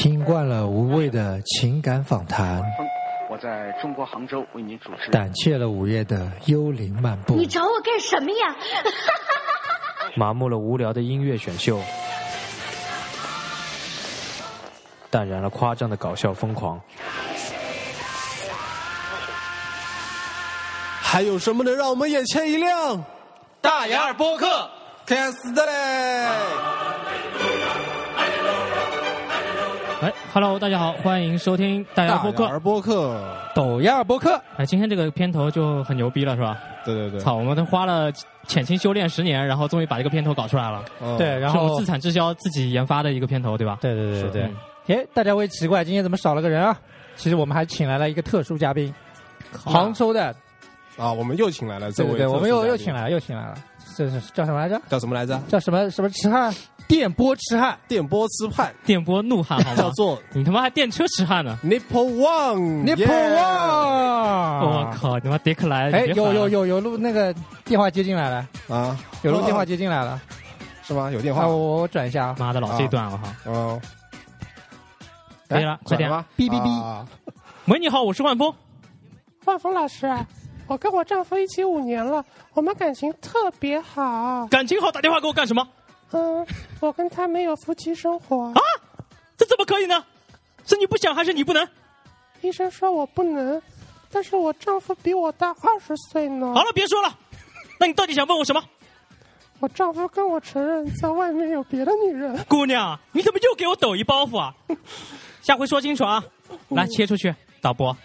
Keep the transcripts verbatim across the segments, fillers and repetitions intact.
听惯了无味的情感访谈， 我在中国杭州为您主持。 胆怯了午夜的幽灵漫步， 你找我干什么呀？ 麻木了无聊的音乐选秀，淡然了夸张的搞笑疯狂。 还有什么能让我们眼前一亮？ 大雅尔播客开始的嘞！ 哎 ，Hello， 大家好，欢迎收听大雅尔播客。 大雅尔播客， 抖亚尔播客。 哎，今天这个片头就很牛逼了，是吧？ 对对对。 操，我们都花了潜心修炼十年，然后终于把这个片头搞出来了。 哦、 对，然后自产自销，自己研发的一个片头，对吧？ 对对对对对。 嗯、 哎，大家会奇怪今天怎么少了个人啊？其实我们还请来了一个特殊嘉宾，杭州的。 啊，我们又请来了这位， 对对，我们又又请来了，又请来了，这是叫什么来着？ 叫什么来着？ 叫什么什么痴汉？电波痴汉， 电波痴汉， 电波怒汉，好吗？ 叫做你他妈还电车痴汉呢 ？Nipple One，Nipple One， 我靠，你妈迪克莱！ 哎，有有有有录那个电话接进来了啊， 有录电话接进来了， 是吗？有电话， 啊、我我转一下。 妈的，老这一段了哈。 哦， 可以了，快点！ 哔哔哔！ 喂，你好，我是万峰。 万峰老师。我跟我丈夫一起五年了，我们感情特别好。 感情好打电话给我干什么？ 嗯，我跟他没有夫妻生活。 啊？这怎么可以呢？是你不想还是你不能？ 医生说我不能，但是我丈夫比我大二十岁呢。 好了，别说了，那你到底想问我什么？ 我丈夫跟我承认在外面有别的女人。 姑娘，你怎么又给我抖一包袱啊？下回说清楚啊！来，切出去，导播。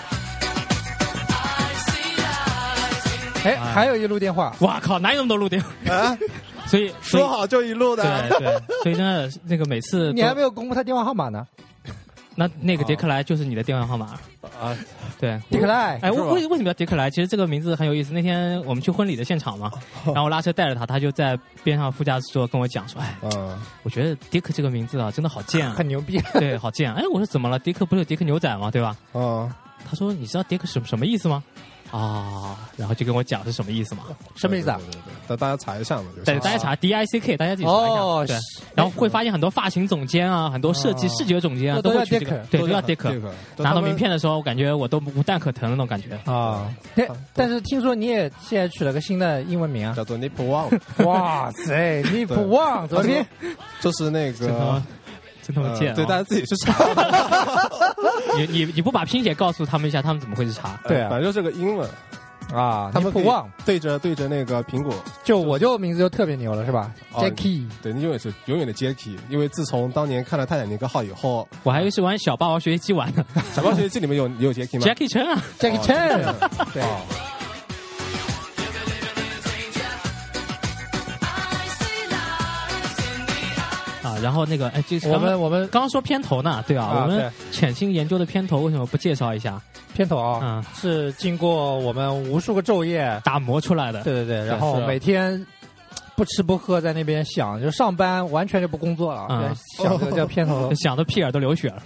哎，还有一路电话， 哇靠，哪有那么多路电话啊？所以说好就一路的， 对对，所以呢，那个每次你还没有公布他电话号码呢。 那那个迪克莱就是你的电话号码啊？对， 迪克莱。 哎，为为什么叫迪克莱？其实这个名字很有意思。那天我们去婚礼的现场嘛，然后我拉车带着他，他就在边上副驾驶座跟我讲说：“哎，嗯，我觉得迪克这个名字啊，真的好贱啊， 很牛逼。 对，好贱。哎，我说怎么了？迪克不是有迪克牛仔吗？对吧？ 嗯， 他说你知道迪克什什么意思吗？”啊，然后就跟我讲是什么意思嘛？ 什么意思啊？ 对对对，那大家查一下嘛。 对，大家查 D I C K， 大家自己查一下。哦，对。然后会发现很多发型总监啊，很多设计视觉总监啊，都会取这个，对，都要 Dick。拿到名片的时候，我感觉我都无蛋可疼那种感觉啊。 但是听说你也现在取了个新的英文名啊， 叫做 Nipple One。 哇塞 ，Nipple One 怎么拼？ 就是那个。 真他妈贱、呃！ 对，大家自己去查。 你你你不把拼写告诉他们一下，他们怎么会去查？ 对啊， 反正就是个英文啊。 他们不忘对着对着那个苹果， 就我就名字就特别牛了，是吧、哦、？Jackie， 对，你永远是永远的 Jackie， 因为自从当年看了泰坦尼克号以后， 我还以为是玩小霸王学习机玩的。 小霸王学习机里面有有 Jackie 吗 ？Jackie Chan 啊 ，Jackie Chan，、哦、对。 啊，然后那个，哎，就是我们我们刚刚说片头呢，对啊，啊我们潜心研究的片头为什么不介绍一下？ 片头啊，嗯，是经过我们无数个昼夜打磨出来的。 对对对，然后每天不吃不喝在那边想，就上班完全就不工作了，嗯、想着这片头， 想的屁眼都流血了。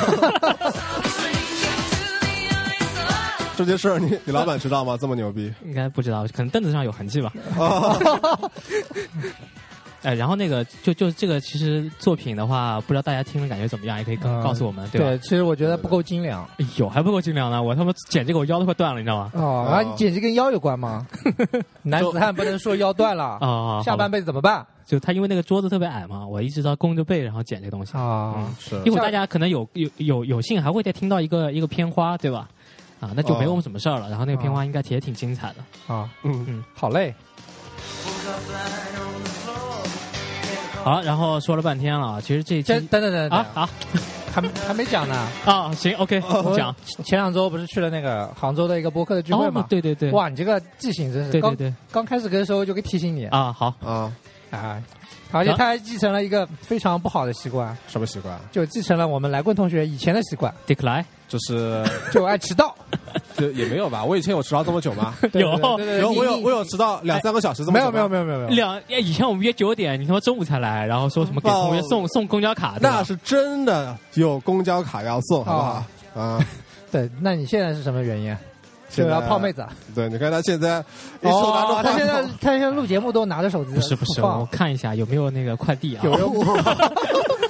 这件事儿，你你老板知道吗？这么牛逼？ 应该不知道，可能凳子上有痕迹吧。哎，然后那个就就这个其实作品的话，不知道大家听了感觉怎么样，也可以告告诉我们， 嗯、 对吧？ 对，其实我觉得不够精良。 哎呦，还不够精良呢！我他妈剪这个我腰都快断了，你知道吗？ 哦，啊，你剪辑跟腰有关吗？男子汉不能说腰断了啊， 下半辈子怎么办？ 就他因为那个桌子特别矮嘛，我一直到弓着背然后剪这个东西啊。 嗯、是。 一会儿大家可能有有有有幸还会再听到一个一个片花，对吧？啊，那就没我们什么事儿了。然后那个片花应该也挺精彩的啊。嗯嗯，好嘞。 好，然后说了半天了，其实这一期等等等等啊啊， 还还没讲呢啊，行 ，OK， 讲。 前两周不是去了那个杭州的一个播客的聚会嘛、 哦？对对对， 哇，你这个记性真是， 对对对， 刚开始跟的时候就给提醒你啊，好啊啊，而且他还继承了一个非常不好的习惯， 什么习惯？ 就继承了我们来棍同学以前的习惯 ，decline， 就是就爱迟到。 就也没有吧，我以前有迟到这么久吗？ 有有，我有我有迟到两三个小时这么久。 没有没有没有没有两以前我们约九点，你他妈中午才来，然后说什么给同学送送公交卡， 那是真的有公交卡要送，好不好？啊， 对，那你现在是什么原因？就要泡妹子。 对，你看他现在一手拿着话筒， 他现在他现在录节目都拿着手机。 不是不是，我看一下有没有那个快递啊。 有有。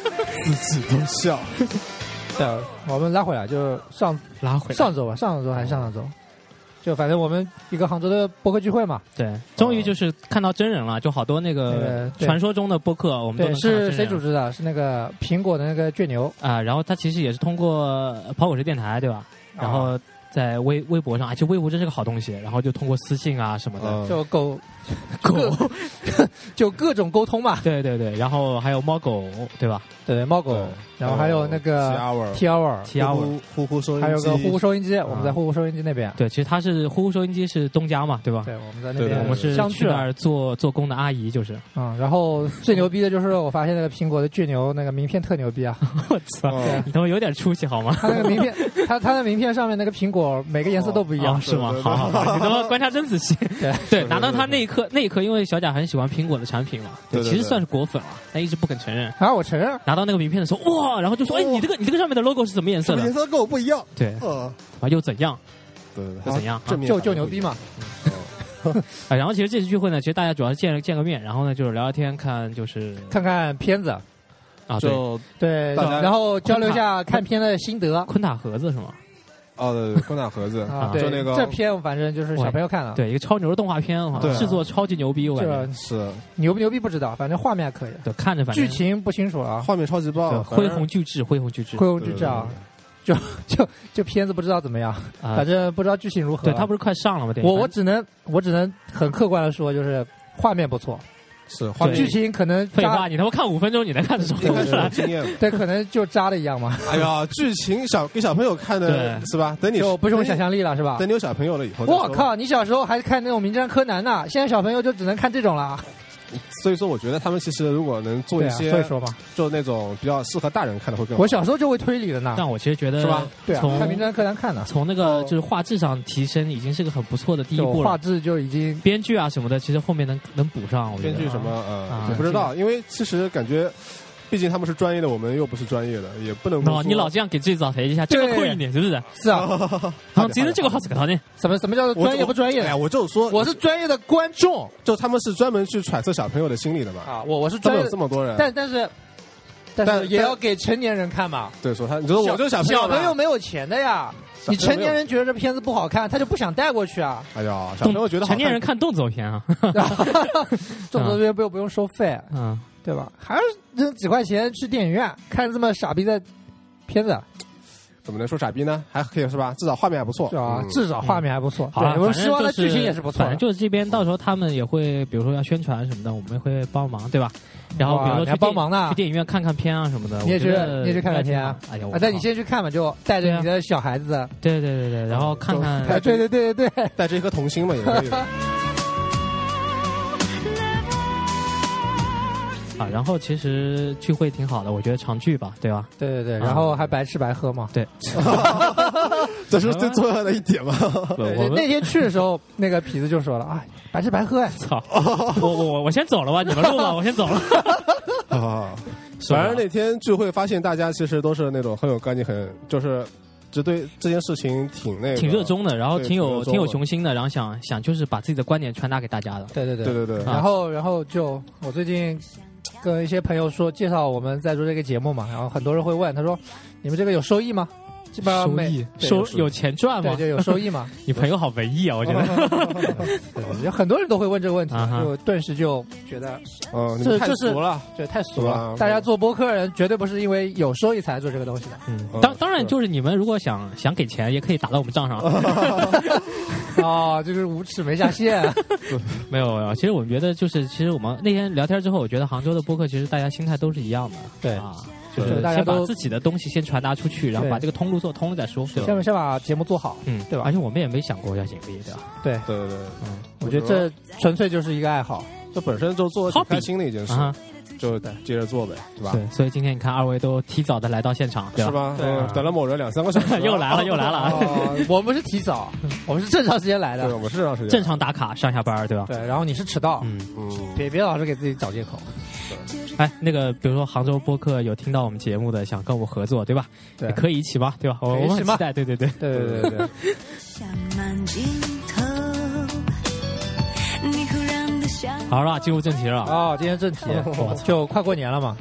自己都笑。 对，我们拉回来，就上拉回来上周吧，上周还是上上周，就反正我们一个杭州的播客聚会嘛。 对，终于就是看到真人了，就好多那个传说中的播客，我们都能看到真人。 是谁组织的？是那个苹果的那个倔牛啊、呃。然后他其实也是通过跑火车电台，对吧？然后在微微博上，而且微博真是个好东西。然后就通过私信啊什么的， 嗯、就狗狗就各种沟通嘛。 对对对，然后还有猫狗，对吧？ 对猫狗，然后还有那个 T hour T hour 呼呼收音机， 还有个呼呼收音机，我们在呼呼收音机那边。 对，其实他是呼呼收音机是东家嘛，对吧？ 对，我们在那边， 我们是去那儿做做工的阿姨，就是嗯。然后最牛逼的就是我发现那个苹果的倔牛那个名片特牛逼啊！ 我操，你他妈有点出息好吗？ 他那个名片，他他的名片上面那个苹果每个颜色都不一样， 是吗？好好好，你他妈观察真仔细。 对对，拿到他那一刻，那一刻因为小贾很喜欢苹果的产品嘛，对，其实算是果粉了，但一直不肯承认。 啊，我承认。 拿到那个名片的时候，哇，然后就说：“哎，你这个你这个上面的 logo 是什么颜色的？ 颜色跟我不一样。” 对，啊，又怎样？ 对， 又怎样？ 就就牛逼嘛。 啊，然后其实这次聚会呢，其实大家主要是见见个面，然后呢就是聊聊天，看就是看看片子啊， 就对，然后交流一下看片的心得。 昆塔盒子是吗？ 哦，对，昆塔盒子啊， 就那个这片反正就是小朋友看了， 对，一个超牛的动画片，制作超级牛逼，我感觉是牛不牛逼不知道，反正画面还可以， 对，看着反正剧情不清楚啊， 画面超级棒， 恢宏巨制，恢宏巨制， 恢宏巨制啊，就就就片子不知道怎么样，反正不知道剧情如何。 对，他不是快上了吗？ 我我只能我只能很客观的说，就是画面不错。 是，画面剧情可能废话，你他妈看五分钟，你能看得出来？经验对，可能就渣的一样嘛。 哎呀，剧情小给小朋友看的是吧？等你就不用想象力了是吧？ 等你有小朋友了以后， 我靠，你小时候还看那种名侦探柯南呢，现在小朋友就只能看这种了。 所以说，我觉得他们其实如果能做一些， 所以说嘛， 就那种比较适合大人看的会更好。 我小时候就会推理的呢， 但我其实觉得是吧？ 对啊，看名侦探柯南看的， 从那个就是画质上提升，已经是个很不错的第一步了。 画质就已经编剧啊什么的，其实后面能能补上。我觉得编剧什么呃，我不知道，因为其实感觉。毕竟他们是专业的，我们又不是专业的，也不能。 哦，你老这样给自己找台阶下，这个困一点，是不是？ 是啊， 好，其实这个好是个条件。 什么什么叫做专业不专业？ 哎呀，我就说我是专业的观众， 就他们是专门去揣测小朋友的心理的嘛。 啊，我我是专业这么多人， 但但是但是也要给成年人看嘛。 对，说他，你说我就是小朋友， 小朋友没有钱的呀。你成年人觉得这片子不好看，他就不想带过去啊。 哎呀，小朋友觉得成年人看动作片啊， 动作片不用不用收费， 嗯。 对吧？还是扔几块钱去电影院看这么傻逼的片子， 怎么能说傻逼呢？还可以是吧？至少画面还不错， 是吧？至少画面还不错。 好， 我们希望的剧情也是不错。 反正就是这边到时候他们也会，比如说要宣传什么的，我们会帮忙，对吧？然后比如说去帮忙呢， 去电影院看看片啊什么的。 你也去，你也去看看片啊？ 哎呀， 那你先去看吧，就带着你的小孩子。 对对对对，然后看看。 对对对对对， 带着一颗童心嘛，也可以。 啊，然后其实聚会挺好的，我觉得常聚吧，对吧？ 对对对，然后还白吃白喝嘛。 对， 这是最重要的一点嘛。 我那天去的时候，那个痞子就说了：“啊，白吃白喝呀！” 操，我我我先走了吧，你们录吧，我先走了。 啊，反正那天聚会发现大家其实都是那种很有干劲，很就是。就对这件事情挺那个， 挺热衷的，然后挺有挺有雄心的，然后想想就是把自己的观点传达给大家的。 对对对对对对。 然后然后就我最近跟一些朋友说介绍我们在做这个节目嘛，然后很多人会问，他说你们这个有收益吗？基本上每收有钱赚吗？ 对，就有收益嘛。 你朋友好文艺啊，我觉得。 有很多人都会问这个问题，就顿时就觉得， 嗯，这太俗了， 对，太俗了。大家做播客人绝对不是因为有收益才做这个东西的。 嗯，当当然就是你们如果想想给钱，也可以打到我们账上。 哦，就是无耻没下线。 没有没有，其实我觉得就是，其实我们那天聊天之后，我觉得杭州的播客其实大家心态都是一样的。 对啊。就是先把自己的东西先传达出去，然后把这个通路做通了再说。 先先把节目做好， 嗯， 对吧？ 而且我们也没想过要盈利，对吧？ 对对对对， 嗯，我觉得这纯粹就是一个爱好， 这本身就做挺开心的一件事，就接着做呗，对吧？ 对，所以今天你看二位都提早的来到现场， 是吧？等了某人两三个小时， 又来了又来了。 我们是提早，我们是正常时间来的， 对，我们是正常时间， 正常打卡上下班，对吧？ 对，然后你是迟到， 嗯嗯， 别别老是给自己找借口。 哎，那个，比如说杭州播客有听到我们节目的，想跟我合作，对吧？ 对， 可以一起吗？对吧？我们很期待，对对对， 对对对对。 好了，进入正题了啊！今天正题就快过年了嘛，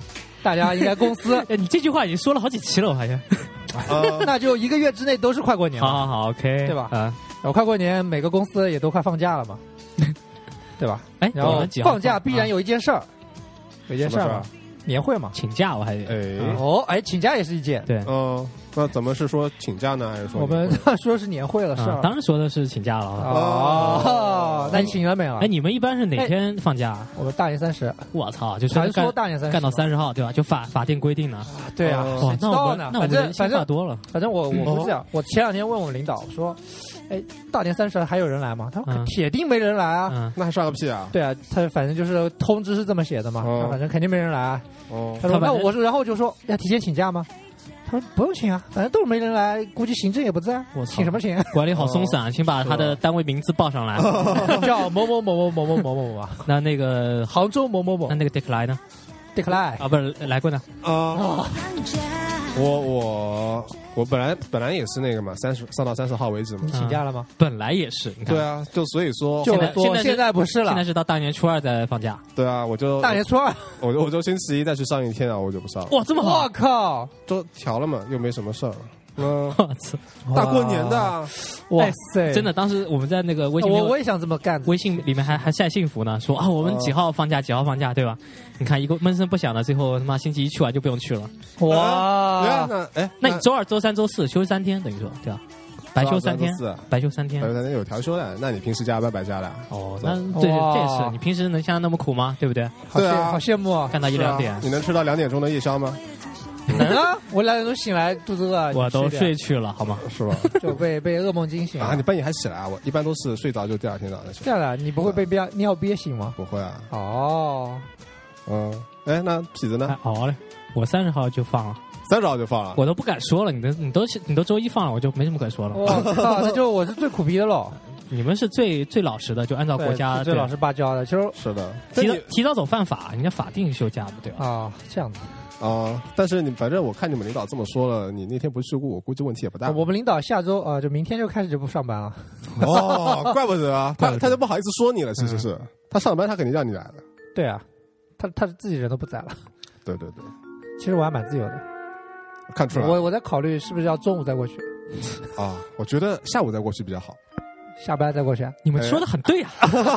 大家应该公司， 哎，你这句话已经说了好几期了，我发现。 那就一个月之内都是快过年。 好好好 ，OK， 对吧？ 啊， 然后快过年，每个公司也都快放假了嘛，对吧？ 哎， 然后放假必然有一件事儿，有一件事儿嘛，年会嘛， 请假我还得。 哎， 哦，哎，请假也是一件。 对， 嗯，那怎么是说请假呢？还是说我们说是年会了，是啊？当然说的是请假了哦，那你请了没有？ 哎，你们一般是哪天放假？ 我们大年三十。 我操，就传说大年三十干到三十号，对吧？就法法定规定呢。 对啊， 哇，那我们那我们人性化多了。 反正我我不是这样，我前两天问我们领导说，哎，大年三十还有人来吗？他说铁定没人来啊。 那还算个屁啊！ 对啊，他反正就是通知是这么写的嘛，反正肯定没人来。 哦， 他说那我说，然后我就说要提前请假吗？他说不用请啊，反正都是没人来，估计行政也不在，我请什么请？ 管理好松散，请把他的单位名字报上来， 叫某某某某某某某某某。 那那个杭州某某某， 那那个 decline 呢 ？decline 啊，不是来过呢啊。我我我本来本来也是那个嘛，三十上到三十号为止嘛。 你请假了吗？ 本来也是，你看。 对啊，就所以说， 就现在现在不是了， 现在是到大年初二再放假。 对啊，我就大年初二， 我就我就星期一再去上一天啊，我就不上。 哇，这么好！ 我靠， 都调了嘛，又没什么事儿。嗯， 我操， 大过年的， 哇塞！ 真的，当时我们在那个微信， 我我也想这么干。 微信里面还还晒幸福呢，说啊，我们几号放假，几号放假，对吧？你看一个闷声不响的，最后他妈星期一去完就不用去了。 哇！ 那哎， 那你周二、周三、周四休三天，等于说对吧？白休三天，白休三天， 白休三天有调休的。那你平时加班白加的？ 哦，那对，这也是。你平时能像那么苦吗？对不对？ 对啊， 好羡慕啊！ 干到一两点， 你能吃到两点钟的夜宵吗？ 能啊！我两点钟醒来，肚子饿， 我都睡去了，好吗？ 是吧？ 就被被噩梦惊醒啊！你半夜还起来？我一般都是睡着就第二天早上起。 这样的，你不会被憋尿憋醒吗？ 不会啊。 哦， 嗯，哎，那痞子呢？ 熬嘞，我三十号就放了。 三十号就放了， 我都不敢说了。你的你都你都周一放了，我就没什么可说了。 我靠，那就我是最苦逼的喽。 你们是最最老实的，就按照国家最老实巴交的。其实是的， 提早提早走犯法，人家法定休假的，对吧？ 啊，这样子啊。但是你反正我看你们领导这么说了，你那天不去顾，我估计问题也不大。 我们领导下周啊，就明天就开始就不上班了。 哦，怪不得啊，他他就不好意思说你了。其实是他上班，他肯定让你来的。 对啊，他他自己人都不在了。 对对对， 其实我还蛮自由的。 看出来， 我我在考虑是不是要中午再过去。 啊，我觉得下午再过去比较好。 下班再过去， 你们说的很对啊。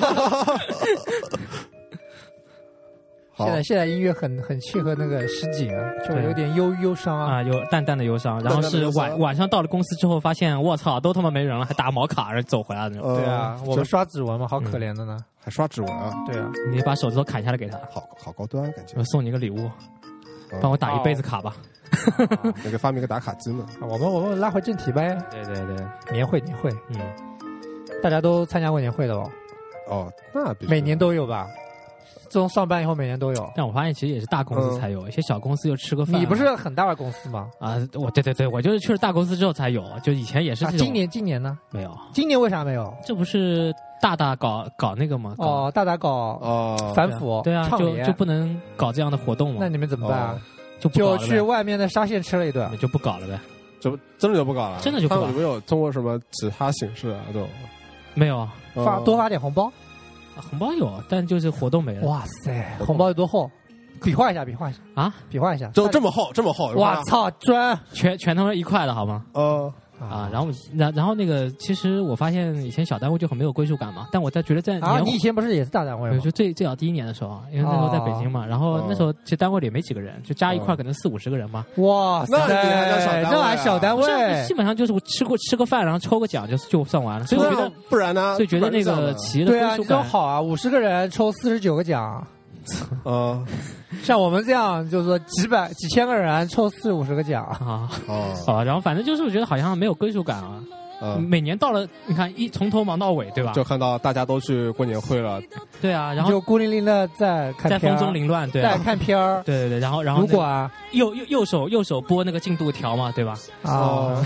现在现在音乐很很契合那个实景啊，就有点忧忧伤啊， 啊，有淡淡的忧伤。然后是晚晚上到了公司之后，发现我操，都他妈没人了，还打毛卡，然后走回来那种。 对啊，我们刷指纹嘛，好可怜的呢。 还刷指纹啊？ 对啊， 你把手指头砍下来给他， 好好高端感觉。 我送你个礼物，帮我打一辈子卡吧。 那个发明个打卡机呢。 我们我们拉回正题呗。 对对对， 年会年会， 嗯， 大家都参加过年会的哦。 哦，那每年都有吧？自从上班以后，每年都有。 但我发现其实也是大公司才有，一些小公司就吃个饭。 你不是很大的公司吗？ 啊，我对对对，我就是去了大公司之后才有，就以前也是这种。 今年今年呢？ 没有。 今年为啥没有？ 这不是大大搞搞那个吗？ 哦，大大搞哦反腐， 对啊，就就不能搞这样的活动嘛。 那你们怎么办啊？ 就就去外面的沙县吃了一顿， 就不搞了呗。 就真的就不搞了？ 真的就不搞了？ 有没有通过什么其他形式啊？这种没有， 发多发点红包。 红包有，但就是活动没了。 哇塞，红包有多厚？比划一下，比划一下啊！ 比划一下， 就这么厚，这么厚！ 哇操，砖全全他妈一块的好吗？ 呃啊，然后然然后那个，其实我发现以前小单位就很没有归属感嘛，但我在觉得在啊，你以前不是也是大单位吗？ 就最最早第一年的时候，因为那时候在北京嘛，然后那时候其实单位里也没几个人，就加一块可能四五十个人嘛。 哇塞，那还小单位， 基本上就是我吃过吃个饭，然后抽个奖就就算完了。所以我觉得不然呢？ 所以觉得那个企业的归属感对啊，你好啊，五十个人抽四十九个奖。 嗯， 像我们这样，就是说几百几千个人抽四五十个奖啊哦啊，然后反正就是我觉得好像没有归属感啊。 嗯， 每年到了，你看一从头忙到尾，对吧？ 就看到大家都去过年会了， 对啊，然后就孤零零的在看在风中凌乱，对、啊， 在看片儿， 对对对，然后然后如果啊， 右右右手右手拨那个进度条嘛，对吧？ 哦，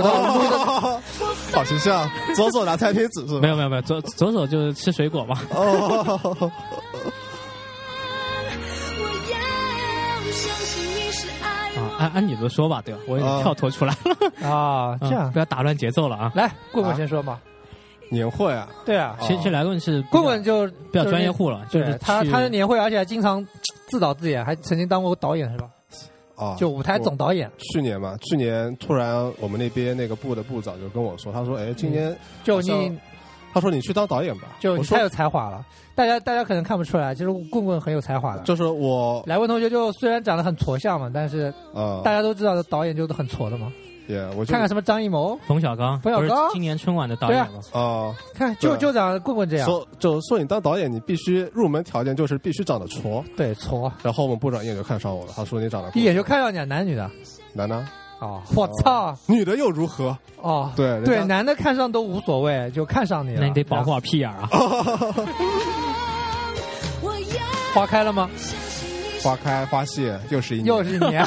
好形象，左手拿餐贴纸是吧？ 没有没有没有，左左手就是吃水果嘛。 哦。 啊，按按你的说吧，对吧？我也跳脱出来了啊，这样不要打乱节奏了啊！ 来，棍棍先说嘛。 年会啊， 对啊， 其实来棍是棍棍就比较专业户了，就是他他的年会，而且还经常自导自演，还曾经当过导演是吧？ 啊， 就舞台总导演。 去年嘛，去年突然我们那边那个部的部长就跟我说，他说：“哎，今年、嗯、 就你， 他说你去当导演吧。” 就你太有才华了，大家大家可能看不出来，其实棍棍很有才华的。 就是我莱文同学就虽然长得很矬相嘛，但是啊，大家都知道导演就是很矬的嘛。 Yeah, 我看看什么张艺谋、 冯小刚、 冯小刚， 今年春晚的导演嘛。 啊，呃、 看就就长棍棍这样。 说就说你当导演，你必须入门条件就是必须长得矬。 对，矬。 然后我们部长一眼就看上我了，他说你长得一眼就看上你，男女的？ 男的。 哦，我操、呃！ 女的又如何？ 哦， 对对，男的看上都无所谓，就看上你了。 那你得保护好屁眼啊！ 花开了吗？ 花开花谢，又是一年， 又是一年。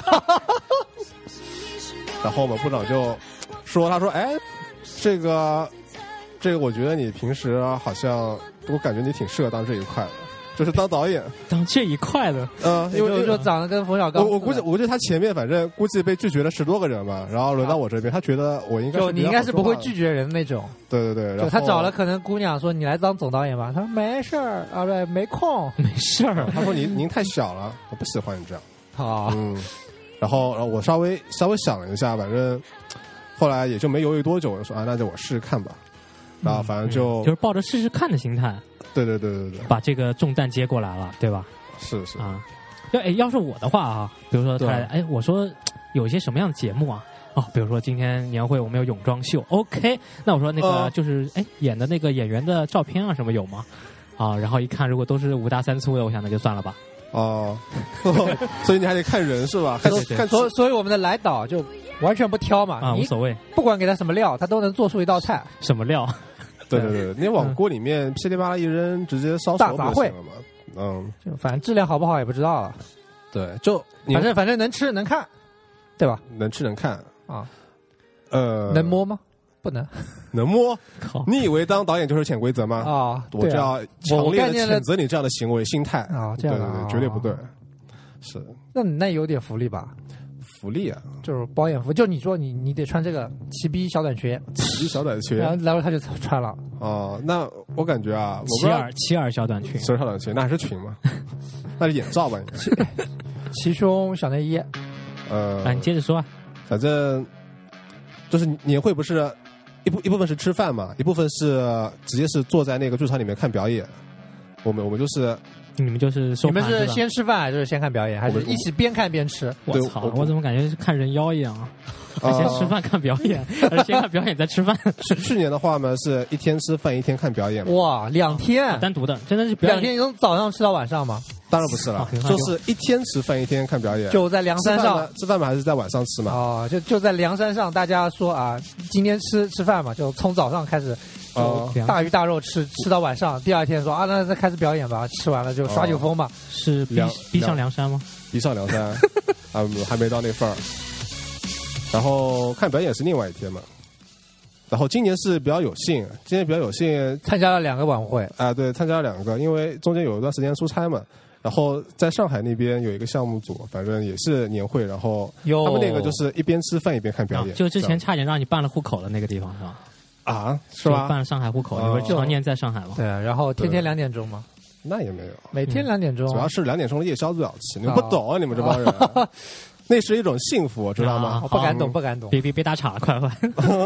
然后我们部长就说：“他说，哎，这个，这个，我觉得你平时好像，我感觉你挺适合当这一块的，就是当导演， 当这一块的。 呃，因为就长得跟冯小刚， 我我估计，我觉得他前面反正估计被拒绝了十多个人吧，然后轮到我这边，他觉得我应该是就你应该是不会拒绝人的那种。 对对对， 就他找了可能姑娘说你来当总导演吧，他说没事儿啊，对，没空， 没事儿。 他说您您太小了，我不喜欢你这样。 好， 嗯。”然后，然后我稍微稍微想了一下，反正后来也就没犹豫多久，我就说啊，那就我试试看吧。然后反正就、 嗯、就是抱着试试看的心态， 对对对对对， 把这个重担接过来了，对吧？ 是是啊，要哎，要是我的话啊，比如说他哎，我说有一些什么样的节目啊？哦，比如说今天年会我们有泳装秀 ，OK， 那我说那个就是哎、呃、演的那个演员的照片啊什么有吗？啊，然后一看如果都是五大三粗的，我想那就算了吧。 哦，所以你还得看人是吧？ 对对对，看所所以我们的来导就完全不挑嘛， 啊，无所谓， 不管给他什么料，他都能做出一道菜。 什么料？ 对对对，你往锅里面噼里啪啦一扔，直接烧熟就行了嘛。嗯， 就反正质量好不好也不知道了。 对，就反正反正能吃能看，对吧？ 能吃能看啊， 呃， 能摸吗？不能， 能摸？你以为当导演就是潜规则吗？ 啊， 我就要强烈的谴责你这样的行为心态啊！这样对对对，绝对不对。是， 那那有点福利吧？ 福利啊， 就是保演服，就你说你你得穿这个齐逼小短裙， 齐逼小短裙， 然后然后他就穿了。 哦，那我感觉啊， 齐耳齐耳小短裙， 齐耳小短裙，那还是裙吗？那是眼罩吧？ 齐胸小内衣。 呃， 啊，你接着说啊。 反正就是年会不是。一部一部分是吃饭嘛，一部分是直接是坐在那个剧场里面看表演。我们我们就是你们就是收你们是先吃饭还是先看表演，还是一起边看边吃？ 我操！我怎么感觉是看人妖一样啊？先吃饭看表演，还是先看表演再吃饭？ 去去年的话呢，是一天吃饭一天看表演。 哇，两天、啊、 单独的，真的是两天，你从早上吃到晚上吗？ 当然不是了，就是一天吃饭一天看表演。 就在梁山上吃饭嘛，还是在晚上吃嘛？ 哦，就就在梁山上，大家说啊，今天吃吃饭嘛，就从早上开始，哦，大鱼大肉吃吃到晚上。第二天说啊，那再开始表演吧，吃完了就耍酒疯嘛。 哦、是逼逼上梁山吗？ 逼上梁山啊，还没到那份儿。然后看表演是另外一天嘛。然后今年是比较有幸，今年比较有幸参加了两个晚会啊，对，参加了两个，因为中间有一段时间出差嘛。然后在上海那边有一个项目组，反正也是年会，然后他们那个就是一边吃饭一边看表演。 啊、就之前差点让你办了户口的那个地方是吧？ 啊，是吧？ 办了上海户口，你不是常年在上海吗？ 对，然后天天两点钟吗？ 那也没有， 每天两点钟、 嗯，主要是两点钟的夜宵最好吃。你们不懂啊，你们这帮人。啊那是一种幸福，知道吗？ 我不敢懂，不敢懂。 别别别打岔了，快快。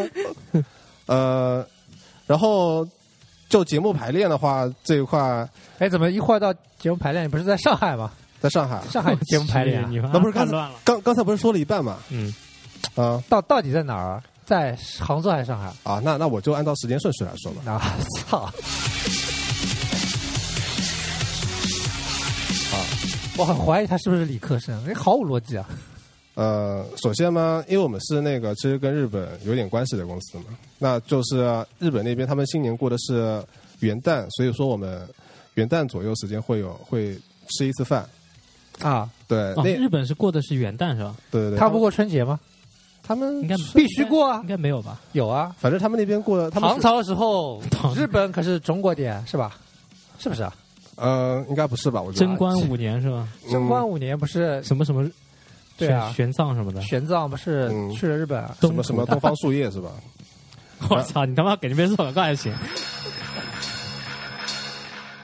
呃，然后就节目排练的话，这一块， 哎，怎么一会儿到节目排练？你不是在上海吗？ 在上海， 上海节目排练， 那不是刚才刚刚才不是说了一半嘛？ 嗯， 啊， 到到底在哪儿？在杭州还是上海？ 啊，那那我就按照时间顺序来说吧。 啊，操！啊，我很怀疑他是不是理科生，哎，毫无逻辑啊。 呃，首先嘛，因为我们是那个其实跟日本有点关系的公司嘛，那就是日本那边他们新年过的是元旦，所以说我们元旦左右时间会有会吃一次饭啊。 对， 哦、那日本是过的是元旦是吧？ 对对对。 他不过春节吗？ 他们应该必须过啊， 应该没有吧？ 有啊， 反正他们那边过的。他们唐朝的时候，日本可是中国点是吧？是不是啊？ 呃，应该不是吧？我觉得贞观五年是吧？ 贞观五年不是什么什么？ 对啊， 玄奘什么的， 玄奘不是去了日本、啊嗯，什么什么东方树叶是吧？ 我操，你他妈给那边做广告还行。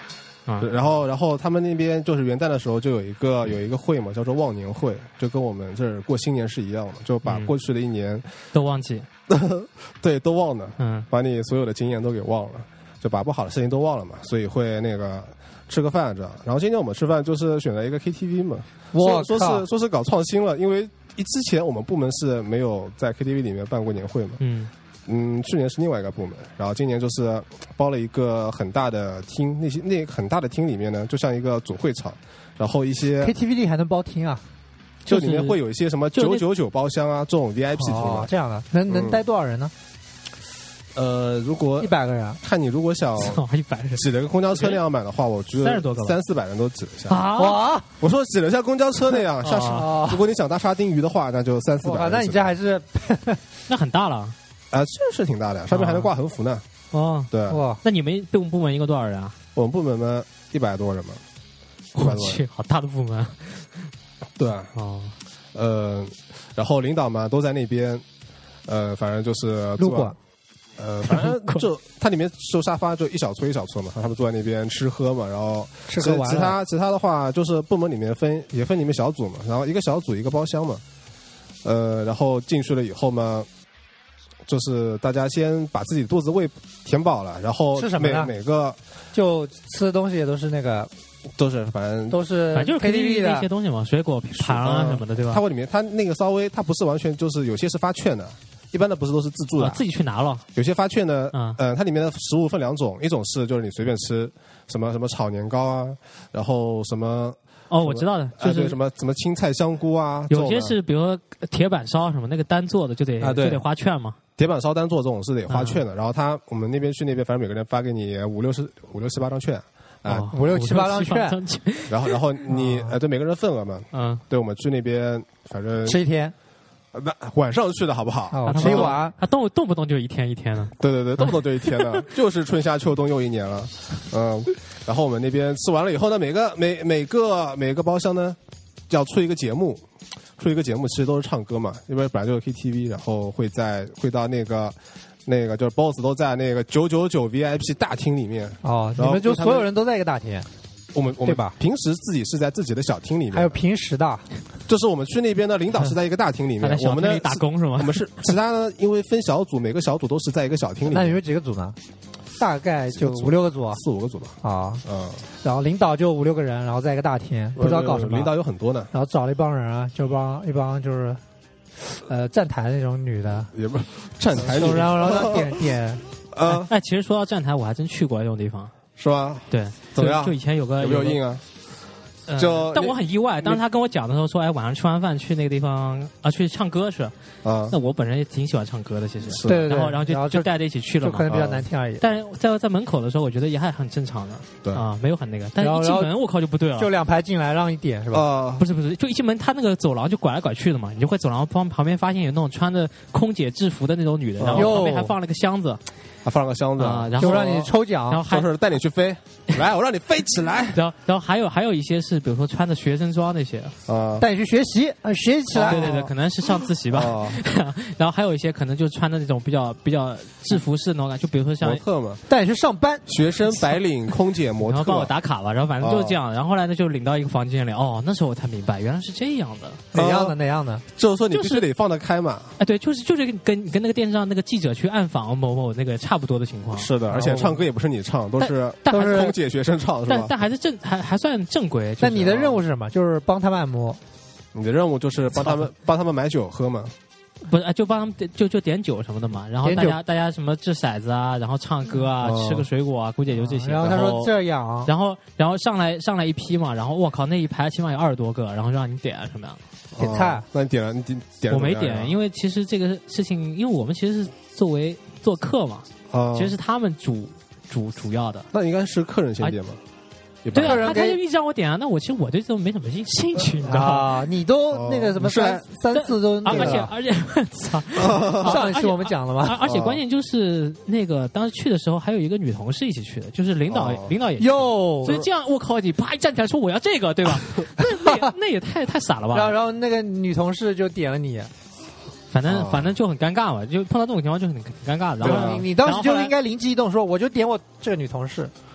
啊。 然后然后他们那边就是元旦的时候就有一个有一个会嘛，叫做忘年会，就跟我们这儿过新年是一样的，就把过去的一年、 嗯、都忘记， 对，都忘了， 嗯， 把你所有的经验都给忘了，就把不好的事情都忘了嘛，所以会那个吃个饭这样。然后今天我们吃饭就是选择一个 K T V 嘛， 我说是说是搞创新了，因为之前我们部门是没有在 K T V 里面办过年会嘛， 嗯。 嗯，去年是另外一个部门，然后今年就是包了一个很大的厅，那些那个很大的厅里面呢，就像一个主会场，然后一些 K T V 里还能包厅啊， 就里面会有一些什么九九九包厢啊，这种 V I P 厅哦，这样的，能能待多少人呢？ 呃，如果一百个人， 看你如果想一百人挤了个公交车那样买的话，我觉得三十多个三四百人都挤得下。 啊！哇！ 我说挤得像公交车那样，像是如果你想大沙丁鱼的话，那就三四百人。 那你这还是那很大了。 啊，这是挺大的，上面还能挂横幅呢。 哦， 对， 哇， 那你们部部门一共多少人啊？ 我们部门呢一百多人嘛， 我去，好大的部门。 对， 哦， 呃，然后领导嘛都在那边，呃，反正就是路过， 呃，反正就它里面就沙发就一小撮一小撮嘛，他们坐在那边吃喝嘛，然后吃喝玩。 其他其他的话就是部门里面分也分你们小组嘛，然后一个小组一个包厢嘛，呃，然后进去了以后嘛。就是大家先把自己肚子胃填饱了，然后吃什么呢？ 每每个就吃的东西也都是那个， 都是反正都是反正就是 K T V 的一些东西嘛，水果盘啊什么的，对吧？ 它会里面它那个稍微它不是完全就是有些是发券的，一般的不是都是自助的， 啊、自己去拿了。 有些发券的， 嗯、 呃，它里面的食物分两种，一种是就是你随便吃，什么什么炒年糕啊，然后什么。 哦，我知道的，就是、 呃、什么什么青菜香菇啊， 有些是比如说铁板烧什么那个单做的就得、 啊、 就得花券嘛。 铁板烧单做这种是得花券的， 嗯、 然后他我们那边去那边，反正每个人发给你五六十五六七八张券啊， 哦、 五六七八张券， 然后然后你呃对每个人份额嘛， 嗯， 对我们去那边反正吃一天。 那晚上去的好不好？ 哦、吃一晚， 他动动不动就一天一天的。 对对对，动不动就一天的，就是春夏秋冬又一年了。嗯，然后我们那边吃完了以后呢，每个每每个每个包厢呢，要出一个节目，出一个节目其实都是唱歌嘛，因为本来就是 K T V， 然后会在会到那个那个就是 boss 都在那个九九九 V I P 大厅里面。 哦，你们就所有人都在一个大厅。 我们我们对吧？ 平时自己是在自己的小厅里面， 还有平时的， 就是我们去那边的领导是在一个大厅里面， 我们呢打工是吗？ 我们是其他呢，因为分小组，每个小组都是在一个小厅里面。 那你们几个组呢？大概就五六个组， 四五个组吧。 啊， 嗯， 然后领导就五六个人，然后在一个大厅，不知道搞什么。 领导有很多呢， 然后找了一帮人啊，就帮一帮就是，呃，站台那种女的， 也不站台女， 然后然后点点， 啊， 哎，其实说到站台，我还真去过这种地方， 是吧？ 对， 怎么样？ 就以前有个有没有硬啊？ 呃、 就但我很意外，当时他跟我讲的时候说，哎，晚上吃完饭去那个地方啊，去唱歌去。 啊， 那我本人也挺喜欢唱歌的，其实。 对对对。 然后然后就就带着一起去了嘛， 就可能比较难听而已。 但是在在门口的时候，我觉得也还很正常的。 对啊，没有很那个。但是一进门，我靠就不对了。 就两排进来让你点是吧？ 啊， 不是不是，就一进门，他那个走廊就拐来拐去的嘛，你就会走廊旁旁边发现有那种穿着空姐制服的那种女的，然后旁边还放了个箱子。 还放了个箱子啊，然后就让你抽奖， 然后还是带你去飞，来，我让你飞起来。 然后，然后还有还有一些是，比如说穿着学生装那些啊， 带你去学习，啊，学习起来。 对对对，可能是上自习吧。 哦、 然后还有一些可能就穿的那种比较比较制服式的那种感觉，就比如说像模特嘛， 带你去上班， 学生白领空姐模特， 然后帮我打卡吧，然后反正就是这样。哦、然后后来呢，就领到一个房间里，哦，那时候我才明白，原来是这样的。 哪样的哪样的？ 就是说你必须得放得开嘛。 哎，对，就是就是跟跟那个电视上那个记者去暗访某某那个差不多的情况。 是的，而且唱歌也不是你唱，都是都是空姐学生唱，是吧？ 但但还是正还还算正规。 那你的任务是什么？就是帮他们按摩。 你的任务就是帮他们帮他们买酒喝嘛？ 不是，就帮他们就就点酒什么的嘛。然后大家大家什么掷骰子啊，然后唱歌啊， 哦、 吃个水果啊，估计也就这些。 然后他说这样， 然后然后上来上来一批嘛，然后我靠，那一排起码有二十多个，然后让你点什么样点菜、 哦？那你点了？你点点了？ 我没点，因为其实这个事情，因为我们其实是作为做客嘛， 哦、 其实是他们主主主要的。 那应该是客人先点吧？ 对啊，他他就一直让我点啊，那我其实我对这种没什么兴兴趣，你知道吗？ 啊，你都那个什么三三次都那个， 而且而且，操！ 上一期我们讲了嘛， 而且关键就是那个当时去的时候还有一个女同事一起去的，就是领导领导也哟， 所以这样我靠，你啪一站起来说我要这个，对吧？那那那也太太傻了吧？ 然后然后那个女同事就点了你。 反正反正就很尴尬嘛，就碰到这种情况就很很尴尬。然后你你当时就应该灵机一动说，我就点我这个女同事。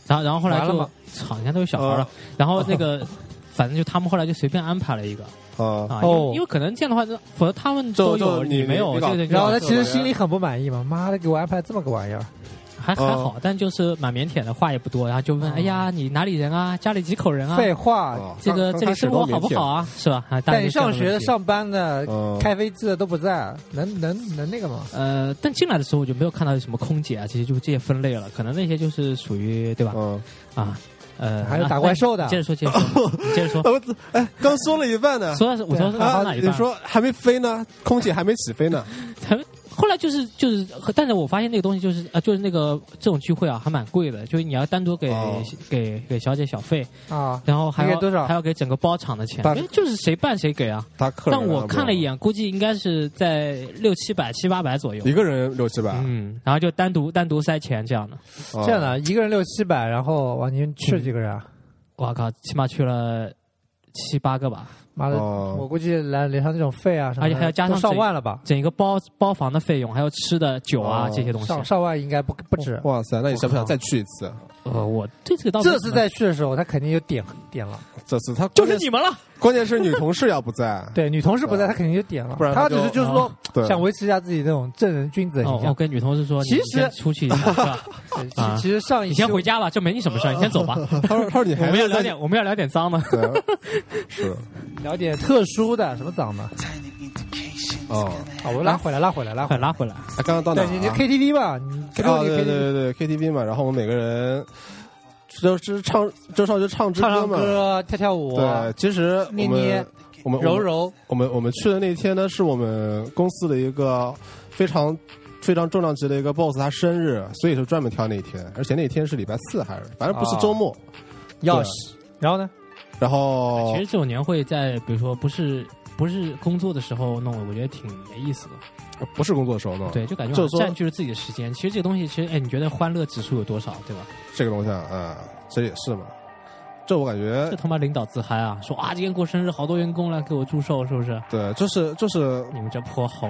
然后然后后来就完了好像都有小孩了，然后那个反正就他们后来就随便安排了一个。 啊啊，因为因为可能这样的话，否则他们都有你没有，这个然后他其实心里很不满意嘛，妈的，给我安排这么个玩意儿， 还还好，但就是蛮腼腆的，话也不多，然后就问，哎呀，你哪里人啊？家里几口人啊？ 废话， 这个这里生活好不好啊？是吧？ 带你上学的、上班的、开飞机的都不在，能能能那个吗？ 呃，但进来的时候我就没有看到什么空姐啊，其实就这些分类了，可能那些就是属于对吧？ 嗯啊。呃， 还有打怪兽的， 接着说，接着说，接着说。 我哎，刚说了一半呢， 说的是我说是哪一半？ 你说还没飞呢，空姐还没起飞呢。 后来就是就是，但是我发现那个东西就是啊，就是那个这种聚会啊，还蛮贵的，就是你要单独给、哦、给给小姐小费啊， 然后还要多少还要给整个包场的钱，因为就是谁办谁给啊。 他客人但我看了一眼，估计应该是在六七百、七八百左右， 一个人六七百， 嗯，然后就单独单独塞钱这样的， 这样的，一个人六七百，然后哇，你去了几个人啊？ 我、嗯、靠，起码去了七八个吧。 妈的，哦、我估计来连上这种费啊什么， 而且还要加上上万了吧？ 整一个包包房的费用，还有吃的、酒啊、哦、这些东西， 上上万应该不不止。 哇塞，那你想不想再去一次？ 呃，我对这个倒这次再去的时候，他肯定就点点了。 这次他就是你们了。 关键是女同事要不在， 对，女同事不在，他肯定就点了。 不然他只是就是说、 哦、 想维持一下自己那种正人君子的形象。 我、哦、跟女同事说， 其实出去一下，是吧？ 啊、其实上一你先回家吧，这没你什么事，你先走吧。 他说：“他说你还我们要聊点，我们要聊点脏的， 是聊点特殊的，什么脏的？ 哦， 好，我拉回来，拉回来，拉回来， 拉回来。 他刚刚到哪？ 对，你 K T V 吧，你啊，对对对对 ，K T V 嘛，然后我们每个人。”就是唱，就上去唱支歌嘛， 唱唱歌，跳跳舞。 对，其实捏捏， 我们揉揉。 我们我们去的那天呢，是我们公司的一个非常非常重量级的一个 boss 他生日，所以是专门挑那一天，而且那天是礼拜四还是，反正不是周末。 钥匙。然后呢？ 然后其实这种年会在比如说不是不是工作的时候弄，我觉得挺没意思的。 不是工作的时候弄， 对，就感觉占据了自己的时间。其实这个东西，其实哎，你觉得欢乐指数有多少，对吧？ 这个东西啊，啊、嗯，这也是嘛。这我感觉， 这他妈领导自嗨啊！说啊，今天过生日，好多员工来给我祝寿，是不是？ 对，就是就是你们这泼猴。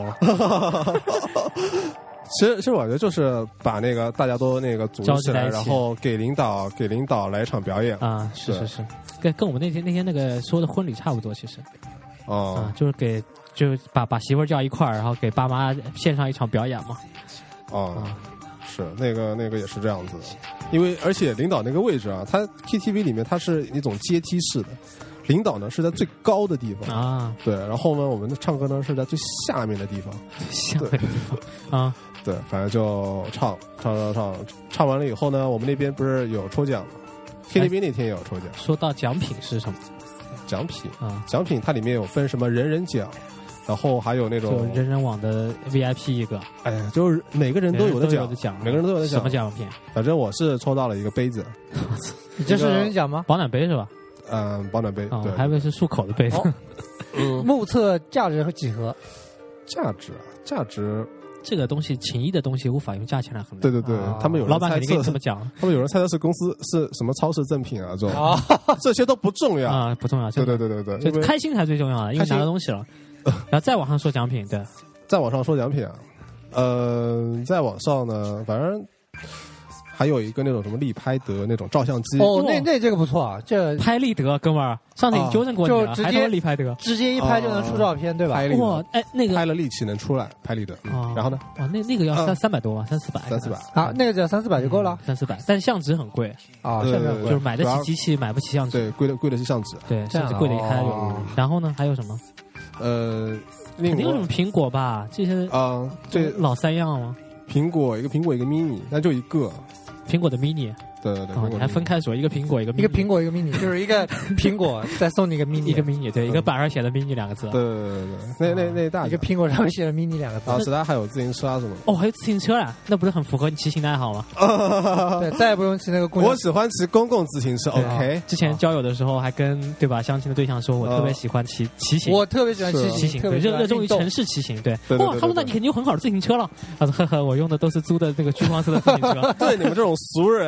其实其实我觉得就是把那个大家都那个组织起来，然后给领导给领导来一场表演啊！是是是，跟跟我们那天那天那个说的婚礼差不多，其实。 哦、 啊，就是给。就把把媳妇儿叫一块儿，然后给爸妈献上一场表演嘛。 哦，嗯、是那个那个也是这样子的，因为而且领导那个位置啊，他 K T V 里面它是一种阶梯式的，领导呢是在最高的地方啊， 对，然后呢我们的唱歌呢是在最下面的地方， 下面的地方啊， 对，反正就唱唱唱唱唱完了以后呢，我们那边不是有抽奖吗 ？K T V 那天也有抽奖。 说到奖品是什么？ 奖品啊， 奖品它里面有分什么人人奖。然后还有那种就人人网的 V I P 一个， 哎，就是每个人都有的奖，每个人都有的奖。 什么奖品？ 反正我是抽到了一个杯子。 你这是人人奖吗？ 保暖杯是吧？ 嗯，保暖杯。 哦、 对， 还以为是漱口的杯子。哦、 嗯，目测价值和几何？ 价值啊，价值。 这个东西，情谊的东西无法用价钱来衡量。 对对对，啊、他们有人老板肯定跟你这么讲， 他们有人猜的是公司是什么超市赠品啊，这种、啊、这些都不重要啊，不重要。 对对对对对， 就开心才最重要的，因为拿到东西了。然后再往上说奖品，对， 再往上说奖品啊，呃，再往上呢，反正还有一个那种什么立拍得那种照相机哦，那那这个不错啊，这拍立得，哥们儿，上次你纠正过你了， 就直接立拍得， 直接一拍就能出照片，对吧？ 哇，哎，那个拍了立起能出来，拍立得，然后呢？ 哇，那那个要三三百多吧，三四百， 三四百啊，那个只要三四百就够了， 三四百，但是相纸很贵啊，相纸就是买得起机器，买不起相纸， 对，贵的贵的是相纸， 对，甚至贵的一开有。然后呢，还有什么？ 呃。 肯定有什么苹果吧？这些啊，这老三样吗？ 苹果一个苹果一个 mini， 那就一个苹果的 mini。 对对对， 哦、你还分开说，一个苹果一个 mini, 一个苹果一个 mini， 就是一个苹果再送你一个 mini， 一个 mini， 对，一个板上写的 mini 两个字。 对对对对，那那那大一个苹果上面写的 mini 两个字。 啊，其他还有自行车啊什么？ 哦，还有自行车啦，那不是很符合你骑行的爱好吗？ 对，再也不用骑那个公。 我喜欢骑公共自行车。OK， 之前交友的时候还跟对吧相亲的对象说，我特别喜欢骑骑行， 我特别喜欢骑骑行，对，热热衷于城市骑行，对。哇，他说那你肯定有很好的自行车了。他说呵呵，我用的都是租的这个橘黄色的自行车。 对，你们这种俗人，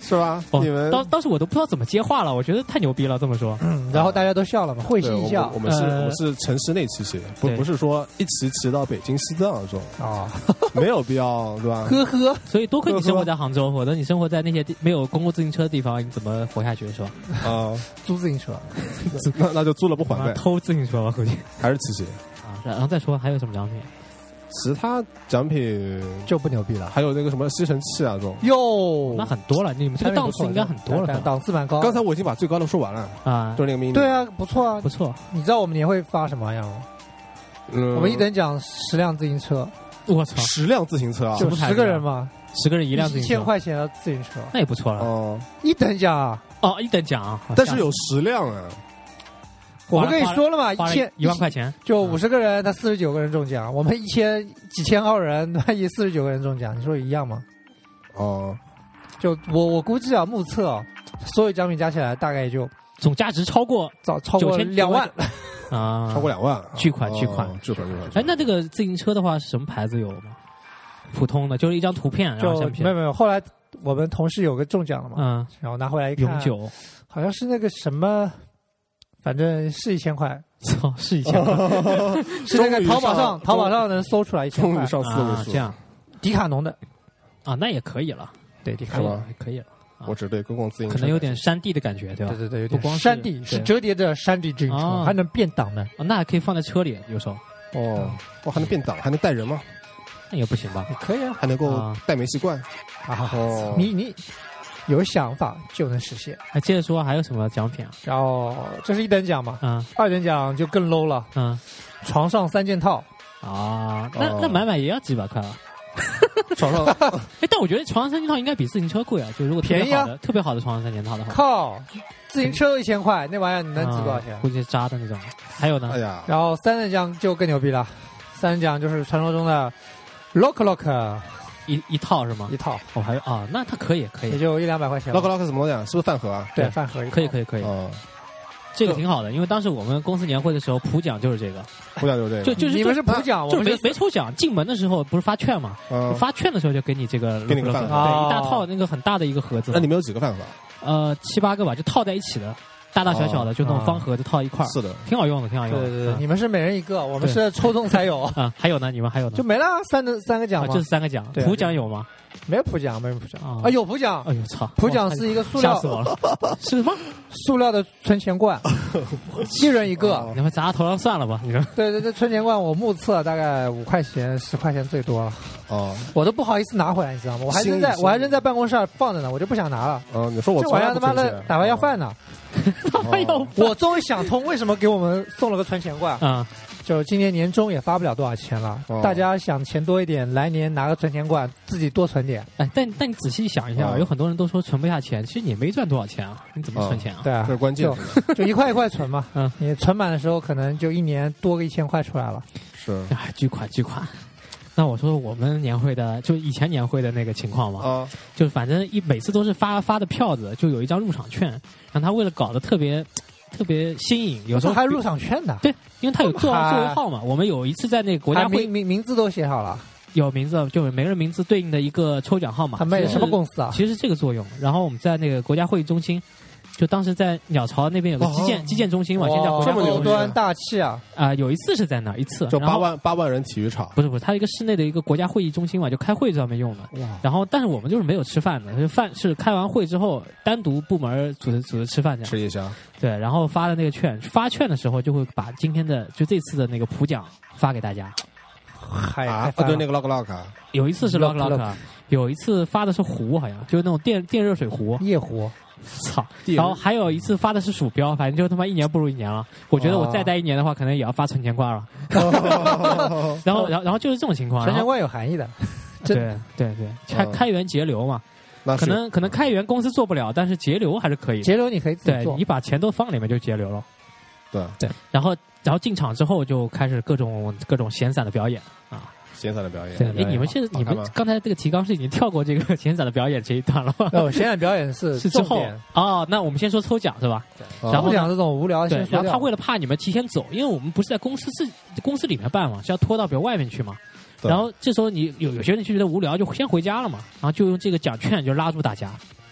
是吧？ 哦、 你们当当时我都不知道怎么接话了，我觉得太牛逼了，这么说。 嗯，然后大家都笑了嘛，会心一笑。 我们是、 呃、 我们是城市内骑行，不不是说一骑骑到北京西藏那种啊， 没有必要，对吧？ 呵呵， 所以多亏你生活在杭州，否则你生活在那些地没有公共自行车的地方，你怎么活下去是吧？ 啊， 租自行车， 那那就租了不还呗， 偷自行车吧，估计还是骑行啊。然后再说还有什么奖品？ 其他奖品就不牛逼了， 还有那个什么吸尘器啊这种。 哟， 那很多了，你们这个档次应该很多了， 档次蛮高。 刚才我已经把最高的说完了啊， 就是那个 mini。 对啊，不错啊， 不错。 你知道我们年会发什么玩意儿吗？ 嗯， 我们一等奖十辆自行车。 我操， 十辆自行车啊！ 就十个人嘛， 十个人一辆自行车， 一千块钱的自行车， 那也不错了。 哦， 一等奖啊！ 哦，一等奖啊！ 但是有十辆啊。 我们跟你说了嘛，一千一万块钱， 就五十个人，他四十九个人中奖。我们一千几千号人，万一四十九个人中奖，你说一样吗？ 哦， 就我我估计啊，目测啊，所有奖品加起来大概也就总价值超过早超过两万啊， 超过两万， 巨款巨款巨款巨款。 哎，那这个自行车的话是什么牌子有吗？普通的，就是一张图片，然后相片。 没有没有，后来我们同事有个中奖了嘛， 嗯， 然后拿回来一看， 永久， 好像是那个什么，反正是一千块。 操，是一千块， 是那个淘宝上淘宝上能搜出来一千块， 终于上四位数， 这样， 迪卡侬的啊，那也可以了， 对，迪卡侬可以了。 我只对公共自行车可能有点山地的感觉，对吧？ 对对对，有点不光山地，是折叠的山地自行车，还能变档呢。 那还可以放在车里，有时候。 哦，哇，还能变档，还能带人吗？ 那也不行吧？ 可以啊， 还能够带煤气罐啊！哦，你你有想法就能实现。 哎，接着说还有什么奖品啊？ 然后这是一等奖嘛， 嗯， 二等奖就更 low 了， 嗯， 床上三件套啊，那那买买也要几百块了。 床上， 哎，但我觉得床上三件套应该比自行车贵啊，就如果便宜啊， 特别好的床上三件套的话。 靠，自行车都一千块，那玩意儿你能值多少钱？ 估计扎的那种。还有呢？ 哎呀， 然后三等奖就更牛逼了，三等奖就是传说中的 Lock Lock。 一一套是吗？ 一套哦，还有啊，那它可以可以， 也就一两百块钱。 Lock Lock 什么东西啊？是不是饭盒啊？ 对，饭盒可以可以可以。 哦， 这个挺好的，因为当时我们公司年会的时候普奖就是这个， 普奖就是这个， 就就是你们是普奖， 就是没没抽奖，进门的时候不是发券嘛？ 嗯， 发券的时候就给你这个， 给你个饭盒， 对，一大套那个很大的一个盒子。 那你们有几个饭盒？ 呃，七八个吧，就套在一起的。大大小小的，就那种方盒子套一块儿， 是的， 挺好用的，挺好用的。 对对对，你们是每人一个，我们是抽中才有啊。还有呢，你们还有呢？ 就没了，三个三个奖嘛， 就是三个奖。普奖有吗？ 没有普奖，没有普奖啊，有普奖。 哎呦操！ 普奖是一个塑料， 吓死我了！是什么？ 塑料的存钱罐，一人一个。 你们砸头上算了吧？你说？ 对对对，存钱罐我目测大概五块钱、十块钱最多了。 哦， 我都不好意思拿回来，你知道吗？我还扔在我还扔在办公室放着呢，我就不想拿了。 嗯，你说我这晚上他妈的打完要饭呢。 哦、 我终于想通为什么给我们送了个存钱罐啊！ 就今年年终也发不了多少钱了，哦、大家想钱多一点，来年拿个存钱罐自己多存点。 哎，但但你仔细想一下，哦、有很多人都说存不下钱，其实你没赚多少钱啊，你怎么存钱啊？ 哦、对啊， 这是关键就，就一块一块存嘛。嗯，你存满的时候，可能就一年多个一千块出来了。 是， 哎，巨款巨款。那我说我们年会的，就以前年会的那个情况嘛， 啊， 就反正一每次都是发发的票子，就有一张入场券，然后他为了搞得特别特别新颖，有时候还入场券的， 对，因为他有座座位号嘛。我们有一次在那个国家会名名名字都写好了， 有名字，就每个人名字对应的一个抽奖号码。 他卖什么公司啊？ 其实是这个作用。然后我们在那个国家会议中心。就当时在鸟巢那边有个基建、哦、基建中心嘛，现在国家这么高端大气啊！ 啊、呃，有一次是在那儿一次， 就八万八万人体育场， 不是不是，它一个室内的一个国家会议中心嘛，就开会上面用的。哇！然后但是我们就是没有吃饭的，就饭是开完会之后单独部门组织组织吃饭这样。 吃一下。 对，然后发的那个券，发券的时候就会把今天的就这次的那个普奖发给大家。 嗨啊！对，那个 lock lock， 有一次是 lock lock， 有一次发的是壶，好像就是那种电电热水壶， 夜壶。 操！然后还有一次发的是鼠标，反正就他妈一年不如一年了。我觉得我再待一年的话，可能也要发存钱罐了。然后，然后，然后就是这种情况。 存钱罐有含义的。 对对对，开开源节流嘛。可能可能开源公司做不了，但是节流还是可以。 节流你可以自己做， 对，你把钱都放里面就节流了。 对对。然后，然后进场之后就开始各种各种闲散的表演啊。 闲散的表演， 哎，你们现在你们刚才这个提纲是已经跳过这个闲散的表演这一段了吗？ 哦，闲散表演是是之后哦。那我们先说抽奖是吧？然后讲这种无聊， 对。然后他为了怕你们提前走，因为我们不是在公司自公司里面办嘛，是要拖到比如外面去嘛。然后这时候你有有些人就觉得无聊，就先回家了嘛。然后就用这个奖券就拉住大家，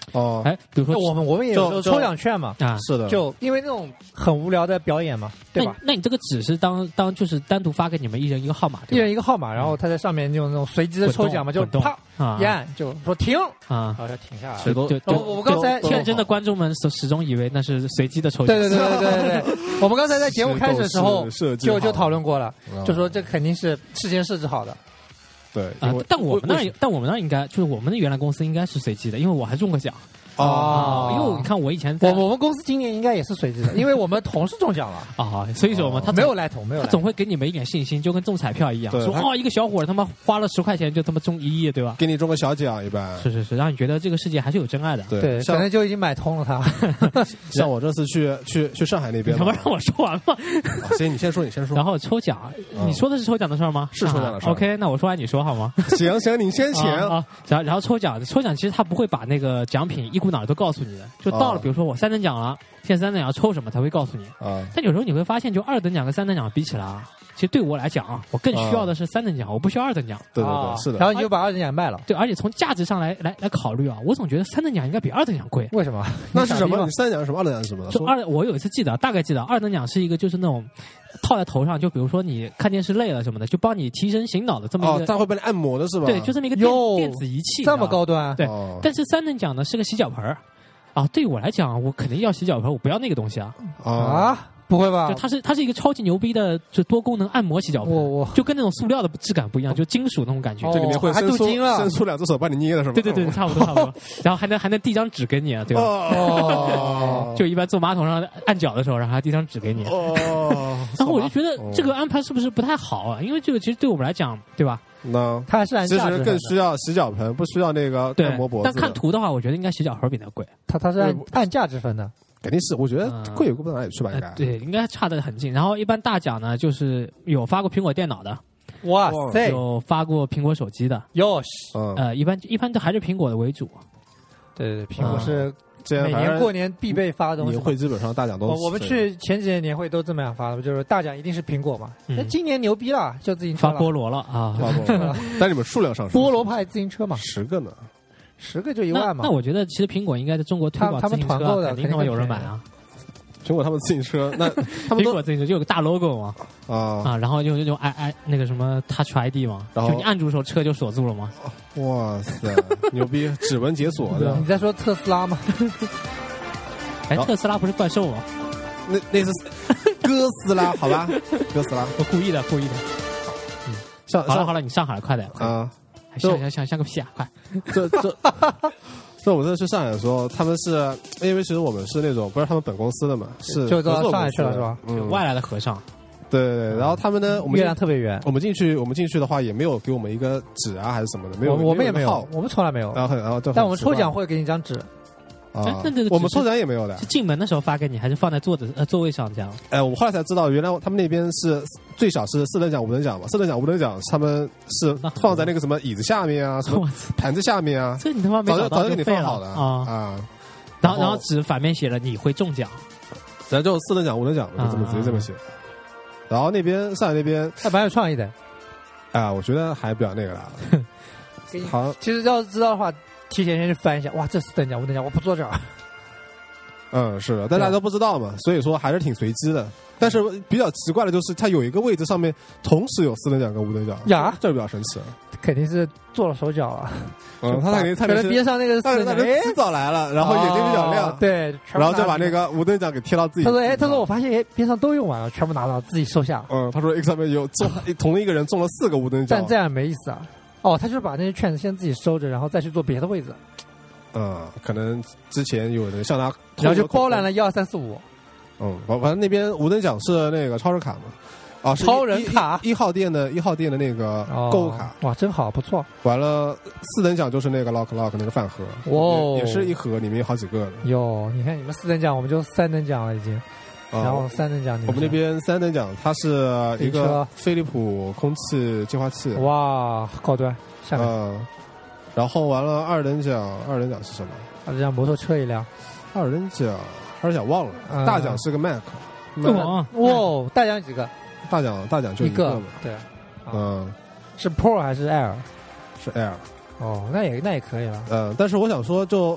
哦， 哎，比如说我们我们也有抽奖券嘛， 啊， 是的， 就因为那种很无聊的表演嘛，对吧？ 那那你这个纸是当当就是单独发给你们一人一个号码， 一人一个号码，然后他在上面用那种随机的抽奖嘛，就啪一按就说停啊， 然后就停下来。 就就我们刚才天真的观众们始终以为那是随机的抽奖。 对对对对对对，我们刚才在节目开始的时候就就讨论过了，就说这肯定是事先设置好的。 对， 啊，但我们那但我们那应该就是我们的原来公司应该是随机的，因为我还中过奖。 哦， 因为你看我以前我我们公司今年应该也是随机的，因为我们同事中奖了啊，所以说嘛，他没有来头，没有， 他总会给你们一点信心，就跟中彩票一样，说哦，一个小伙他妈花了十块钱就他妈中一亿，对吧？ 给你中个小奖一般， 是是是，让你觉得这个世界还是有真爱的。 对， 可能就已经买通了他。 像我这次去去去上海那边， 你不让我说完吗？ 行，你先说，你先说。 然后抽奖，你说的是抽奖的事儿吗？ 是抽奖的事儿。 OK， 那我说完你说好吗？ 行行，你先请啊。然后然后抽奖，抽奖其实他不会把那个奖品一股脑儿都告诉你的。就到了，比如说我三等奖了，现在三等奖要抽什么，他会告诉你。 啊， 但有时候你会发现，就二等奖跟三等奖比起来啊，其实对我来讲啊，我更需要的是三等奖，我不需要二等奖。 对对对，是的。 然后你就把二等奖卖了。 对，而且从价值上来来来考虑啊，我总觉得三等奖应该比二等奖贵。 为什么？ 那是什么？你三等奖是什么？二等奖是什么？ 就二，我有一次记得，大概记得，二等奖是一个就是那种套在头上，就比如说你看电视累了什么的，就帮你提神醒脑的这么一个。 哦，它会帮你按摩的是吧？ 对，就这么一个电电子仪器， 这么高端。 对，但是三等奖呢是个洗脚盆儿。啊，对我来讲，我肯定要洗脚盆，我不要那个东西啊！ 啊，不会吧？ 就它是它是一个超级牛逼的，就多功能按摩洗脚盆， 我我就跟那种塑料的质感不一样，就金属那种感觉。 哦、 这里面会伸出伸出两只手帮你捏的是吗？ 对对对，差不多差不多。然后还能还能递张纸给你啊，对吧？ 哦， 就一般坐马桶上按脚的时候，然后还递张纸给你。 哦， 然后我就觉得这个安排是不是不太好啊？因为这个其实对我们来讲，对吧？ 那它是按其实更需要洗脚盆，不需要那个按摩脖子。 但看图的话，我觉得应该洗脚盆比那贵。 它它是按按价值分的， 肯定是。我觉得贵也贵不到哪里去吧，应该。 对，应该差得很近。然后一般大奖呢，就是有发过苹果电脑的， 哇塞， 有发过苹果手机的， 有， 呃，一般一般都还是苹果的为主。 对对，苹果是。每年过年必备发的东西， 年会基本上大奖都。 我们去前几年年会都这么样发的，就是大奖一定是苹果嘛。那今年牛逼了，就自行车发菠萝了啊！ 发菠萝，但你们数量上菠萝派自行车嘛， 十个呢， 十个就一万嘛。 那我觉得其实苹果应该在中国推广自行车，肯定他们有人买啊。 苹果他们自行车，那他们苹果自行车就有个大 logo 嘛， 啊啊，然后就用 i i 那个什么 Touch I D 嘛，然后就你按住的时候车就锁住了嘛。 哇塞，牛逼！指纹解锁的。 你在说特斯拉吗？ 哎，特斯拉不是怪兽吗？ 那那是哥斯拉，好吧，哥斯拉， 我故意的，故意的。嗯， 上好了好了，你上海了，快点啊！ 像像像像个屁啊，快！ 这这，这我这次去上海的时候，他们是因为其实我们是那种不是他们本公司的嘛，是就到上海去了是吧？ 嗯，外来的和尚。 对对对，然后他们呢，我们月亮特别圆。 我们进去，我们进去的话也没有给我们一个纸啊，还是什么的，没有， 我们也没有， 我们从来没有。 然后然后， 但我们抽奖会给你一张纸。 啊，我们抽奖也没有的， 是进门的时候发给你，还是放在桌子呃座位上这样？ 哎，我们后来才知道，原来他们那边是最少是四等奖、五等奖嘛，四等奖、五等奖，他们是放在那个什么椅子下面啊，什么盘子下面啊， 这你他妈没早就早就给你放好了啊啊！ 然后然后纸反面写了你会中奖， 然后就四等奖、五等奖就这么直接这么写。然后那边上海那边还蛮有创意的， 啊，我觉得还比较那个啦。好， 其实要知道的话，提前先去翻一下，哇，这四等奖、五等奖，我不坐这儿。 嗯，是的，但大家都不知道嘛，所以说还是挺随机的。但是比较奇怪的就是，它有一个位置上面同时有四等奖跟五等奖呀， 这比较神奇。 肯定是做了手脚了。 嗯，他肯定他可能边上那个四等奖提早来了，然后眼睛比较亮， 对， 然后就把那个五等奖给贴到自己。 他说：“哎，他说我发现哎，边上都用完了，全部拿到自己收下。” 嗯，他说 X 上面有中同一个人中了四个五等奖， 但这样没意思啊。哦，他就是把那些券子先自己收着，然后再去做别的位置。 嗯，可能之前有人向他， 然后就包揽了一二三四五。 嗯，反正那边五等奖是那个超人卡嘛，啊， 超人卡一号店的一号店的那个购物卡， 哇，真好，不错。 完了，四等奖就是那个 lock lock 那个饭盒， 哇， 也是一盒，里面有好几个的。 哟，你看你们四等奖，我们就三等奖了已经。然后三等奖， 我们那边三等奖，它是一个飞利浦空气净化器， 哇，高端。下面。 嗯，然后完了二等奖，二等奖是什么？ 二等奖摩托车一辆。 二等奖，二等奖忘了。 嗯、 大奖是个 Mac。 哇哇，大奖几个？ 大奖大奖就一个嘛。对。 嗯， 是 Pro 还是 Air？ 是 Air。 哦，那也那也可以了。 嗯，但是我想说，就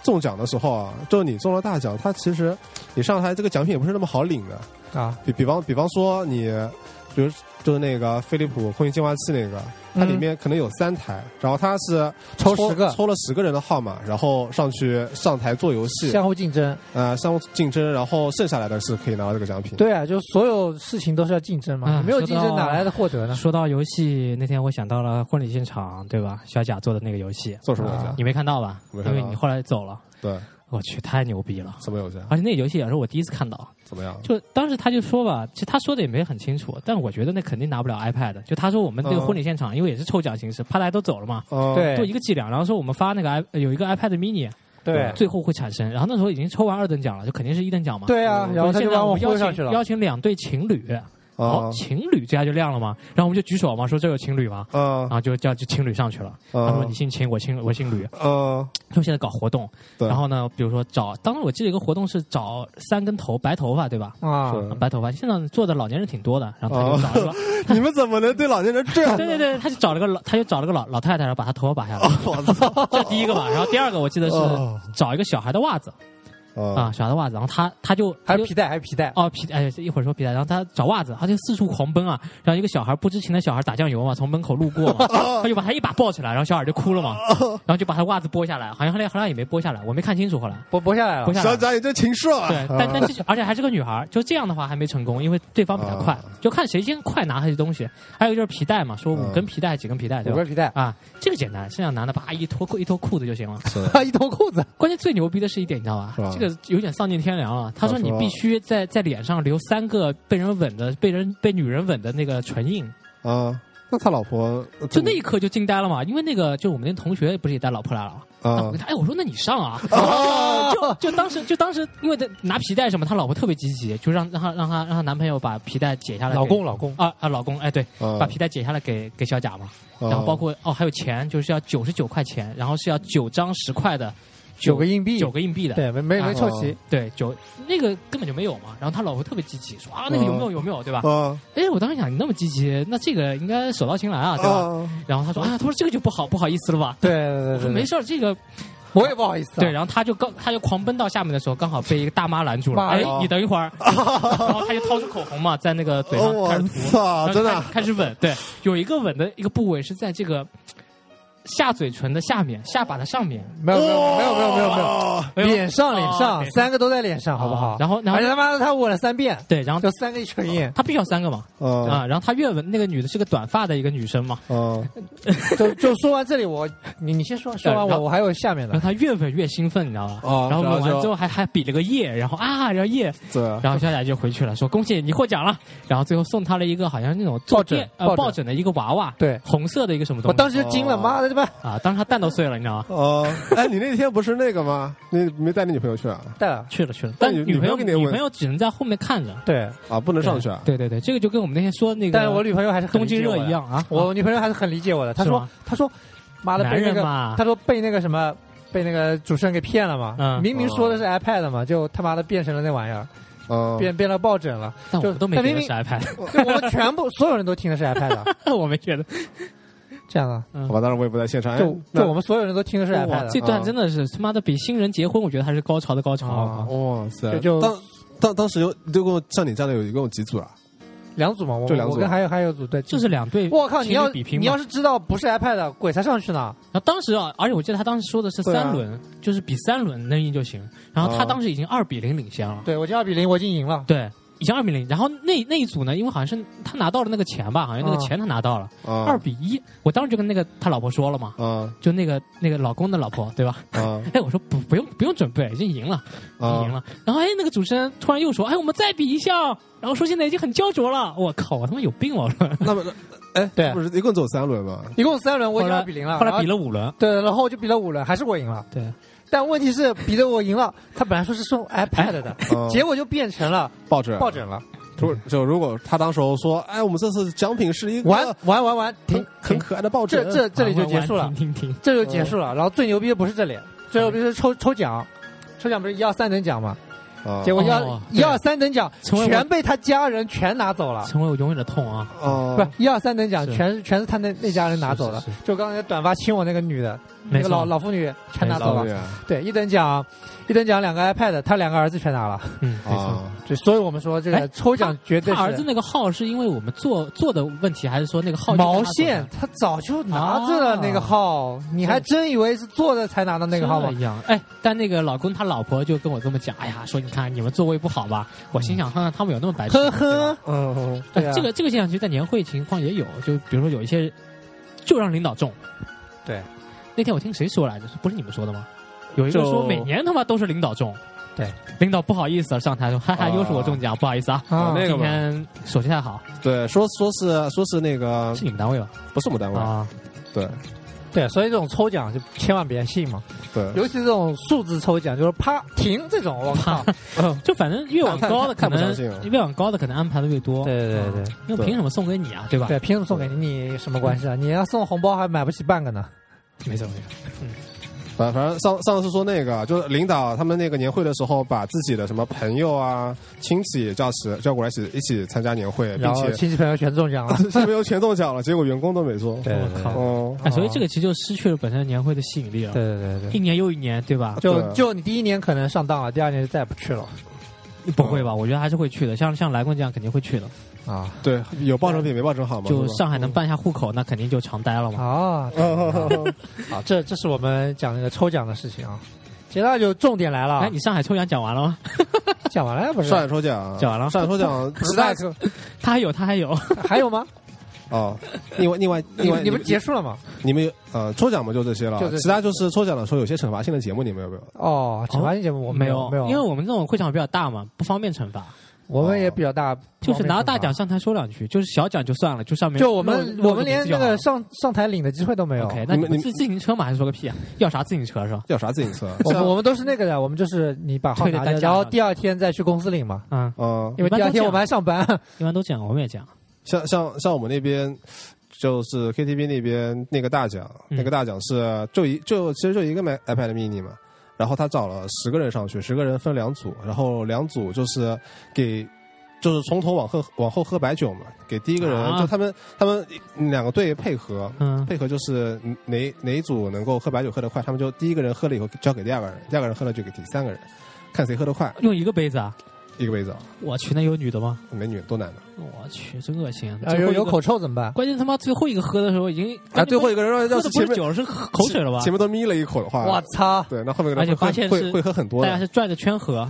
中奖的时候啊，就是你中了大奖，它其实你上台这个奖品也不是那么好领的啊。 比比方比方说你，比如就是那个飞利浦空气净化器那个，它里面可能有三台，嗯、然后它是抽十个， 抽了十个人的号码，然后上去上台做游戏， 相互竞争， 呃，相互竞争，然后剩下来的是可以拿到这个奖品。 对啊，就所有事情都是要竞争嘛，嗯、没有竞争哪来的获得呢？ 说到游戏，那天我想到了婚礼现场，对吧？小贾做的那个游戏， 做什么游戏？ 你没看到吧？ 没看到， 因为你后来走了。 对。 我去，太牛逼了！ 什么游戏？ 而且那个游戏也是我第一次看到。 怎么样？ 就当时他就说吧，其实他说的也没很清楚，但我觉得那肯定拿不了 iPad。就他说我们这个婚礼现场，嗯、因为也是抽奖形式，怕大家都走了嘛， 嗯、 对， 就一个伎俩。然后说我们发那个 i 有一个 iPad mini， 对， 最后会产生。然后那时候已经抽完二等奖了，就肯定是一等奖嘛。 对啊，然后他就把我邀上去了， 邀请两对情侣。好、哦，情侣这下就亮了嘛，然后我们就举手嘛，说这有情侣嘛， 嗯， 然后就叫就情侣上去了， 嗯、 他说你姓秦，我姓我姓吕， 嗯， 就现在搞活动，然后呢，比如说找，当时我记得一个活动是找三根头白头发，对吧？ 啊， 白头发，现在做的老年人挺多的，然后他就找了个， 哦、你们怎么能对老年人这样？ 对对对，他就找了个老，他就找了个老老太太，然后把他头发拔下来， 哦、 这第一个吧，然后第二个我记得是找一个小孩的袜子。 哦、 啊，小孩的袜子，然后他他就还有皮带，还有皮带哦，皮哎，一会儿说皮带，然后他找袜子，他就四处狂奔啊，然后一个小孩不知情的小孩打酱油嘛，从门口路过嘛，他就把他一把抱起来，然后小孩就哭了嘛，然后就把他袜子剥下来，好像后来好像也没剥下来，我没看清楚后来剥剥下来了， 剥下来了， 小贾你这禽兽啊！ 对，但但这而且还是个女孩，就这样的话还没成功，因为对方比较快，就看谁先快拿他的东西。还有就是皮带嘛，说五根皮带几根皮带，对吧？ 五根皮带啊，这个简单，剩下男的啪一脱裤一脱裤子就行了， 一脱裤子。 关键最牛逼的是一点，你知道吧？这个有点丧尽天良了。他说你必须在在脸上留三个被人吻的、被人被女人吻的那个唇印啊。那他老婆就那一刻就惊呆了嘛，因为那个就我们那同学不是也带老婆来了啊？我跟他哎，我说那你上啊？就就当时就当时因为他拿皮带什么，他老婆特别积极，就让让他让他让他男朋友把皮带解下来。 老公老公啊啊老公哎对，把皮带解下来给给小贾嘛。然后包括哦还有钱，就是要九十九块钱，然后是要九张十块的。 九个硬币， 九个硬币的， 对，没没没凑齐， 对，九那个根本就没有嘛。然后他老婆特别积极，说啊，那个有没有有没有，对吧？ 啊， 哎，我当时想你那么积极，那这个应该手到擒来啊，对吧？然后他说啊，他说这个就不好不好意思了吧？ 对对对， 我说没事这个我也不好意思。 对，然后他就刚他就狂奔到下面的时候，刚好被一个大妈拦住了。哎，你等一会儿，然后他就掏出口红嘛，在那个嘴上开始涂， 然后真的开始吻。对，有一个吻的一个部位是在这个。下嘴唇的下面，下巴的上面， 没有没有没有没有没有没有，脸上脸上三个都在脸上，好不好？ 然后然后而且他妈的他吻了三遍， 对，然后就三个唇印， 他必须要三个嘛，啊，然后他越吻那个女的是个短发的一个女生嘛， 嗯， 就就说完这里我你你先说，说完我我还有下面的， 然后他越吻越兴奋，你知道吧？ 哦， 然后吻完之后还还比了个耶，然后啊，然后耶， 对， 然后小贾就回去了，说恭喜你获奖了，然后最后送他了一个好像那种抱枕呃抱枕的一个娃娃， 对， 红色的一个什么东西， 我当时就惊了，妈的这吧啊，当时他蛋都碎了，你知道吗？ 哦，哎，你那天不是那个吗？你没带你女朋友去啊？ 带了， 去了去了，但女朋友女朋友只能在后面看着， 对啊，不能上去啊。 对对对，这个就跟我们那天说那个， 但是我女朋友还是东京热一样啊， 我女朋友还是很理解我的，她说她说妈的被那个，她说被那个什么被那个主持人给骗了嘛， 嗯， 明明说的是 iPad 嘛，就他妈的变成了那玩意儿。 嗯， 变变了抱枕了， 但我都没觉得是 iPad， 我们全部所有人都听的是 iPad， 我没觉得。 这样啊， 好吧，当然我也不在现场。 就就我们所有人都听的是 iPad， 这段真的是他妈的比新人结婚，我觉得还是高潮的高潮。 哇塞！ 就当当当时有一共像你这样的有一共几组啊？ 两组嘛，我就两组， 我跟还有还有组对， 就是两队。 我靠，你要比拼， 你要是知道不是 iPad， 鬼才上去呢。 然后当时啊，而且我记得他当时说的是三轮，就是比三轮能赢就行。然后他当时已经二比零领先了。 对，我已经二比零，我已经赢了。 对。已经二比零，然后那那一组呢，因为好像是他拿到了那个钱吧，好像那个钱他拿到了，二比一。我当时就跟那个他老婆说了嘛，就那个那个老公的老婆，对吧？哎，我说不不用不用准备，已经赢了，已经赢了。然后哎，那个主持人突然又说，哎，我们再比一下，然后说现在已经很焦灼了。我靠，我他妈有病我说。 那么，哎， 对， 不是一共只有三轮吗？ 一共三轮，我已经二比零了。 后来比了五轮， 对，然后就比了五轮，还是我赢了。 对。 但问题是，比的我赢了，他本来说是送 iPad 的，结果就变成了抱枕， 抱枕了。 就就如果他当时候说，哎，我们这次奖品是一个玩玩玩玩， 很很可爱的抱枕， 这这这里就结束了， 停停， 这就结束了。然后最牛逼的不是这里，最牛逼是抽抽奖，抽奖不是一二三等奖吗？结果一二一二三等奖全被他家人全拿走了， 成为我永远的痛啊！ 哦， 不是一二三等奖全全是他那那家人拿走了。就刚才短发亲我那个女的， 那个老老妇女全拿走了。对，一等奖，一等奖两个 iPad， 他两个儿子全拿了。 嗯，没错。 对，所以我们说这个抽奖绝对是。 他儿子那个号是因为我们做做的问题，还是说那个号毛线？他早就拿着了那个号，你还真以为是做的才拿到那个号吗？ 一样。哎，但那个老公他老婆就跟我这么讲，哎呀，说你看你们座位不好吧？我心想，哼，他们有那么白痴？ 呵呵，嗯，对， 这个这个现象其实，在年会情况也有，就比如说有一些就让领导中。 对， 那天我听谁说来着？不是你们说的吗？有一个说每年他妈都是领导中。 对， 领导不好意思了，上台说：“哈哈，又是我中奖，不好意思啊。” 啊，那个今天手气太好。 对，说说是说是那个是你们单位吧？ 不是我们单位啊。 对， 对，所以这种抽奖就千万别信嘛。 对， 尤其这种数字抽奖，就是啪停这种，我靠， 就反正越往高的可能越往高的可能安排的越多。 对对对， 因为凭什么送给你啊？对吧？ 对，凭什么送给你？你什么关系啊？你要送红包还买不起半个呢。 没错没错，嗯。 反反正上上次说那个，就是领导他们那个年会的时候，把自己的什么朋友啊、亲戚也叫起叫过来一起一起参加年会，并且亲戚朋友全中奖了， 亲戚朋友全中奖了，结果员工都没中。 对，我靠！ 哦， 哎，所以这个其实就失去了本身年会的吸引力了。 对对对对， 一年又一年，对吧？ 就就你第一年可能上当了，第二年就再也不去了。 不会吧？我觉得还是会去的，像像来棍这样肯定会去的。 啊， 对，有报成比没报成好吗？ 就上海能办下户口，那肯定就常待了嘛。 啊，好，这这是我们讲那个抽奖的事情啊。接下来就重点来了。 哎，你上海抽奖讲完了吗？ 讲完了不是？ 上海抽奖讲完了。 上海抽奖， 实在他还有，他还有， 还有吗？ 哦，另外另外另外， 你们结束了吗？ 你们呃抽奖嘛就这些了，其他就是抽奖的时候有些惩罚性的节目，你们有没有？ 哦，惩罚性节目我没有没有， 因为我们这种会场比较大嘛，不方便惩罚。 我们也比较大， 就是拿到大奖上台说两句，就是小奖就算了，就上面就我们我们连那个上上台领的机会都没有。 OK， 那你们自自行车嘛，还是说个屁啊？要啥自行车是吧？ 要啥自行车？ 我们我们都是那个的，我们就是你把号拿着，然后第二天再去公司领嘛。 嗯嗯， 因为第二天我们还上班， 一般都这样，我们也这样。 像像像我们那边。就是 K T V 那边那个大奖，嗯、那个大奖是就一就其实就一个 iPad mini 嘛，然后他找了十个人上去，十个人分两组，然后两组就是给就是从头往后往后喝白酒嘛，给第一个人、啊、就他们他们两个队配合， 嗯， 配合就是哪哪一组能够喝白酒喝得快，他们就第一个人喝了以后交给第二个人，第二个人喝了就给第三个人，看谁喝得快， 用一个杯子啊。 一个杯子， 我去，那有女的吗？ 没女，都男的。 我去，真恶心啊！有有口臭怎么办？ 关键他妈最后一个喝的时候已经啊，最后一个人要是前面酒是口水了吧？ 前面都眯了一口的话， 我操！ 对，那后面而且发现会会喝很多， 大家是转着圈喝，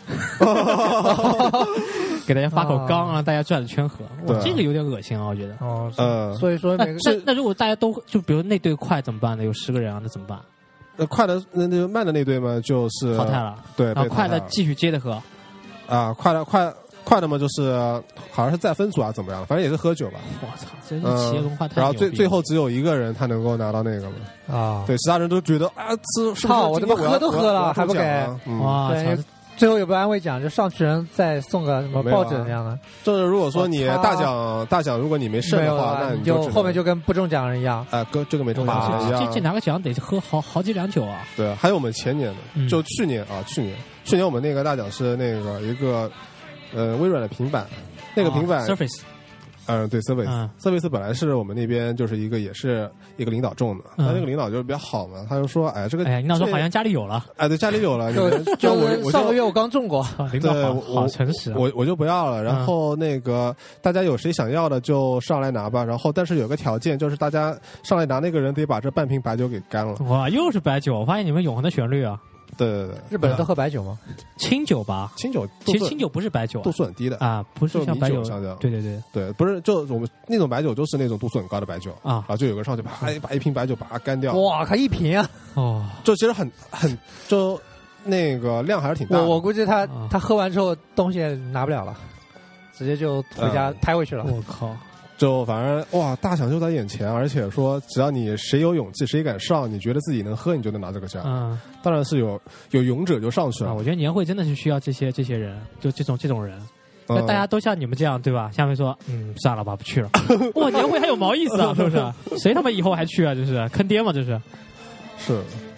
给大家发口缸啊，大家转着圈喝，哇，这个有点恶心啊，我觉得。 哦，嗯，所以说每个那那如果大家都就比如那队快怎么办呢？有十个人啊，那怎么办？ 呃，快的那那慢的那队嘛，就是淘汰了。 对， 然后快的继续接着喝。 啊，快的快快的嘛，就是好像是再分组啊，怎么样？反正也是喝酒吧。 我操，真是企业文化太牛逼了。 然后最最后只有一个人他能够拿到那个嘛。 啊， 对，其他人都觉得啊，这操，我他妈喝都喝了还不给？ 哇， 最后有个安慰奖，就上去人再送个什么抱枕那样的。 就是如果说你大奖大奖，如果你没剩的话，那你就后面就跟不中奖人一样。 啊，跟这个没中奖人一样。 这这拿个奖得喝好好几两酒啊。 对，还有我们前年的，就去年啊，去年。去年我们那个大奖是那个一个呃微软的平板，那个平板、 oh, Surface， 嗯、呃，对 Surface，Surface、 嗯、 Surface 本来是我们那边就是一个也是一个领导中的，他、嗯、那个领导就是比较好嘛，他就说，哎，这个， 哎，领导说好像家里有了， 哎，对，家里有了， 就就我我上个月我刚中过， 领导好好诚实、啊， 我我就不要了，然后那个、嗯、大家有谁想要的就上来拿吧，然后但是有个条件就是大家上来拿那个人得把这半瓶白酒给干了。 哇，又是白酒，我发现你们永恒的旋律啊。 对对对， 日本人都喝白酒吗？ 清酒吧， 清酒其实清酒不是白酒、啊， 度数很低的啊，不是像白酒像这样。 对对对对，不是就我们那种白酒都是那种度数很高的白酒啊， 然后就有个上去啪把一瓶白酒把它干掉。 哇靠，一瓶啊！ 哦， 就其实很很就那个量还是挺大的。 我我估计他、啊、他喝完之后东西拿不了了，直接就回家抬回去了。 我、嗯、靠！ 就反正哇，大奖就在眼前，而且说只要你谁有勇气，谁敢上，你觉得自己能喝，你就能拿这个奖。 嗯， 当然是有有勇者就上去了、 啊。我觉得年会真的是需要这些这些人，就这种这种人。那、嗯、大家都像你们这样，对吧？下面说，嗯，算了吧，不去了。哇，年会还有毛意思啊，是不是？谁他妈以后还去啊？这是坑爹吗？这是。 是。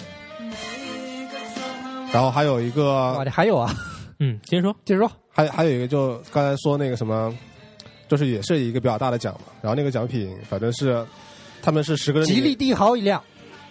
然后还有一个， 哇，还有啊。 嗯，接着说， 接着说。 还还有一个，就刚才说那个什么。就是也是一个比较大的奖嘛，然后那个奖品反正是他们是十个人， 吉利帝豪一辆，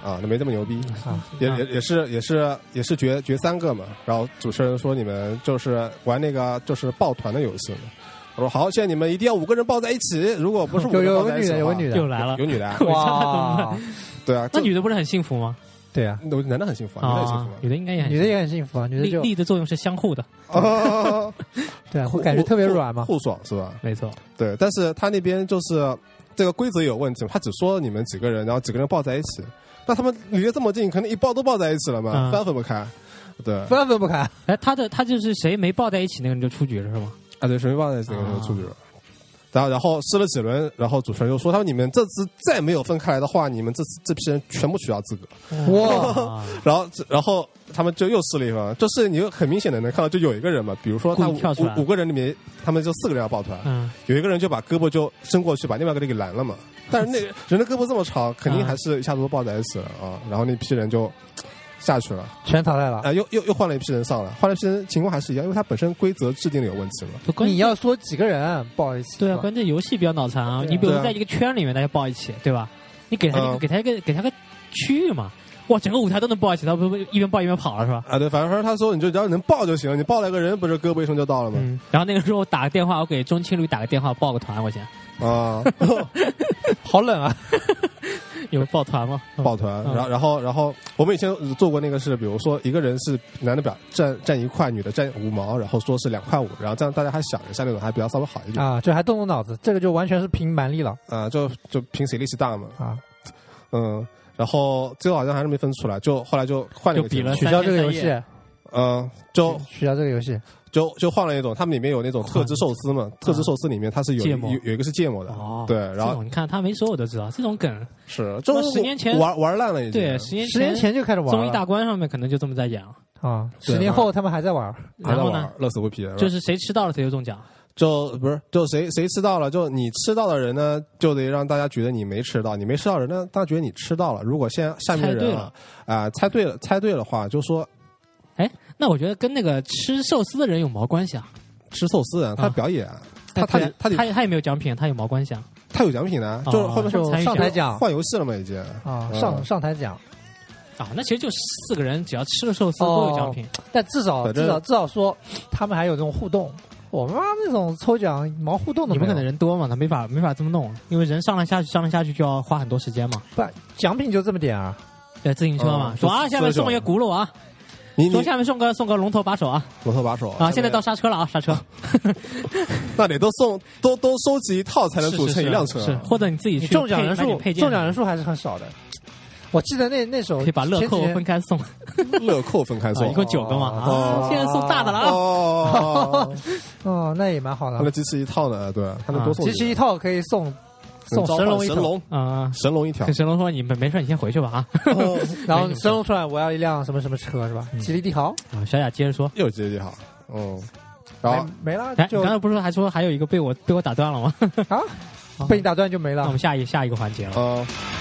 啊，那没这么牛逼啊，也也也是也是也是决决三个嘛。然后主持人说你们就是玩那个就是抱团的游戏嘛。我说好，现在你们一定要五个人抱在一起，如果不是五个人抱在一起的话， 有女的，有女的， 又来了， 有女的， 哇， 对啊， 那女的不是很幸福吗？ 对啊， 男的很幸福啊，女的很幸福， 女的应该也很女的也很幸福啊，女的就力的作用是相互的， 对啊，我感觉特别软嘛， 互爽是吧？ 没错， 对，但是他那边就是这个规则有问题，他只说你们几个人，然后几个人抱在一起，那他们离得这么近，可能一抱都抱在一起了嘛， 嗯、 翻分不开，对， 翻分不开。 哎，他的他就是谁没抱在一起，那个人就出局了是吗？ 啊，对，谁没抱在一起，那个人就出局了。啊然后，然后试了几轮，然后主持人又说：“他说你们这次再没有分开来的话，你们这次这批人全部取消资格。”哇！然后，然后他们就又试了一轮，就是你很明显的能看到，就有一个人嘛，比如说他五五个人里面，他们就四个人要抱团，嗯，有一个人就把胳膊就伸过去，把另外一个人给拦了嘛。但是那个人的胳膊这么长，肯定还是一下子都抱在一起了啊。然后那批人就下去了， 全淘汰了。 啊，又又又换了一批人上来，换了一批人情况还是一样，因为他本身规则制定的有问题嘛。 你要说几个人抱一起？ 对啊，关键游戏比较脑残啊。你比如在一个圈里面，大家抱一起，对吧？你给他一个，给他一个，给他个区域嘛。哇，整个舞台都能抱一起，他不一边抱一边跑了是吧？ 啊，对，反正反正他说你就只要能抱就行，你抱了个人，不是胳膊一伸就到了吗？ 嗯。然后那个时候打个电话，我给钟青旅打个电话报个团，我先。 啊， 好冷啊！ 有抱团吗？ 抱团，然后然后然后我们以前做过那个是，比如说一个人是男的表占占一块，女的占五毛，然后说是两块五，然后这样大家还想一下那种还比较稍微好一点啊，这还动动脑子，这个就完全是凭蛮力了啊，就就凭谁力气大嘛啊，嗯，然后最后好像还是没分出来，就后来就换了一个比了取消这个游戏， 嗯，就取消这个游戏。 就就换了一种，他们里面有那种特制寿司嘛，特制寿司里面它是有有有一个是芥末的，哦、对，然后你看他没说我都知道这种梗是，就十年前玩玩烂了已经， 对，十年十年前就开始玩了， 综艺大观上面可能就这么在演啊，十年后他们还在玩， 然后呢， 乐死不疲， 就是谁吃到了谁就中奖， 就不是就谁谁吃到了，就你吃到的人呢，就得让大家觉得你没吃到，你没吃到人呢，大家觉得你吃到了，如果现在下面人啊啊、呃、猜对了猜对的话，就说。 哎，那我觉得跟那个吃寿司的人有毛关系啊？ 吃寿司人，他表演，啊、他他他他他也没有奖品，他有毛关系啊？ 他有奖品的，就是后面就上台讲换游戏了嘛，已经啊，上上台讲啊，那其实就四个人，只要吃了寿司都有奖品， 但至少至少至少说他们还有这种互动。我们那种抽奖毛互动的， 你们可能人多嘛，他没法没法这么弄，因为人上来下去上来下去就要花很多时间嘛。 不，奖品就这么点啊？ 对，自行车嘛，说啊，下面送一个轱辘啊。 你说下面送个送个龙头把手啊， 龙头把手啊！现在到刹车了啊，刹车， 那得都送都都收集一套才能组成一辆车， 是或者你自己去中奖人数中奖人数还是很少的。我记得那那首可以把乐扣分开送， 乐扣分开送， 一共九个嘛啊！现在送大的了啊！ 哦哦，那也蛮好的。 他的机器一套呢，对，他能多送。 机器一套可以送。送神龙一神龙啊， 神龙一条。 神龙说：“你们没事，你先回去吧啊。” 然后神龙出来，我要一辆什么什么车是吧？吉利帝豪啊。小雅接着说：“ 又吉利帝豪，嗯，然后没了。 哎，你刚才不是还说还有一个被我被我打断了吗？ 啊，被你打断就没了。 那我们下一下一个环节了。 嗯。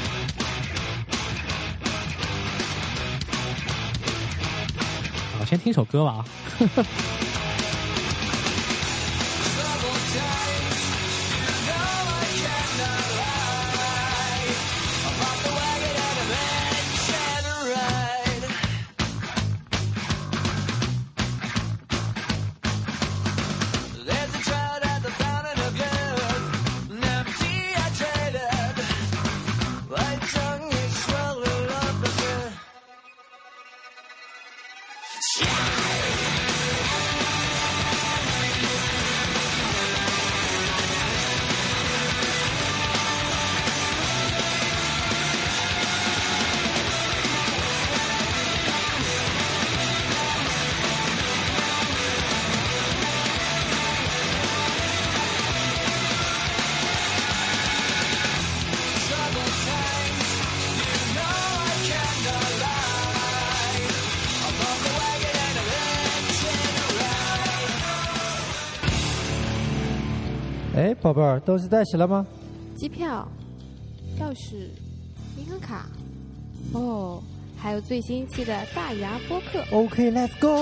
我先听首歌吧啊。 哎，宝贝儿，东西带齐了吗？ 机票、钥匙、银行卡，哦，还有最新一期的大牙播客。 OK，Let's go 。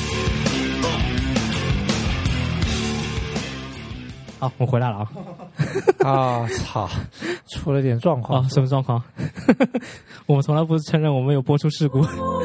好，我回来了啊。 啊，操，出了点状况啊！什么状况？我们从来不承认我们有播出事故。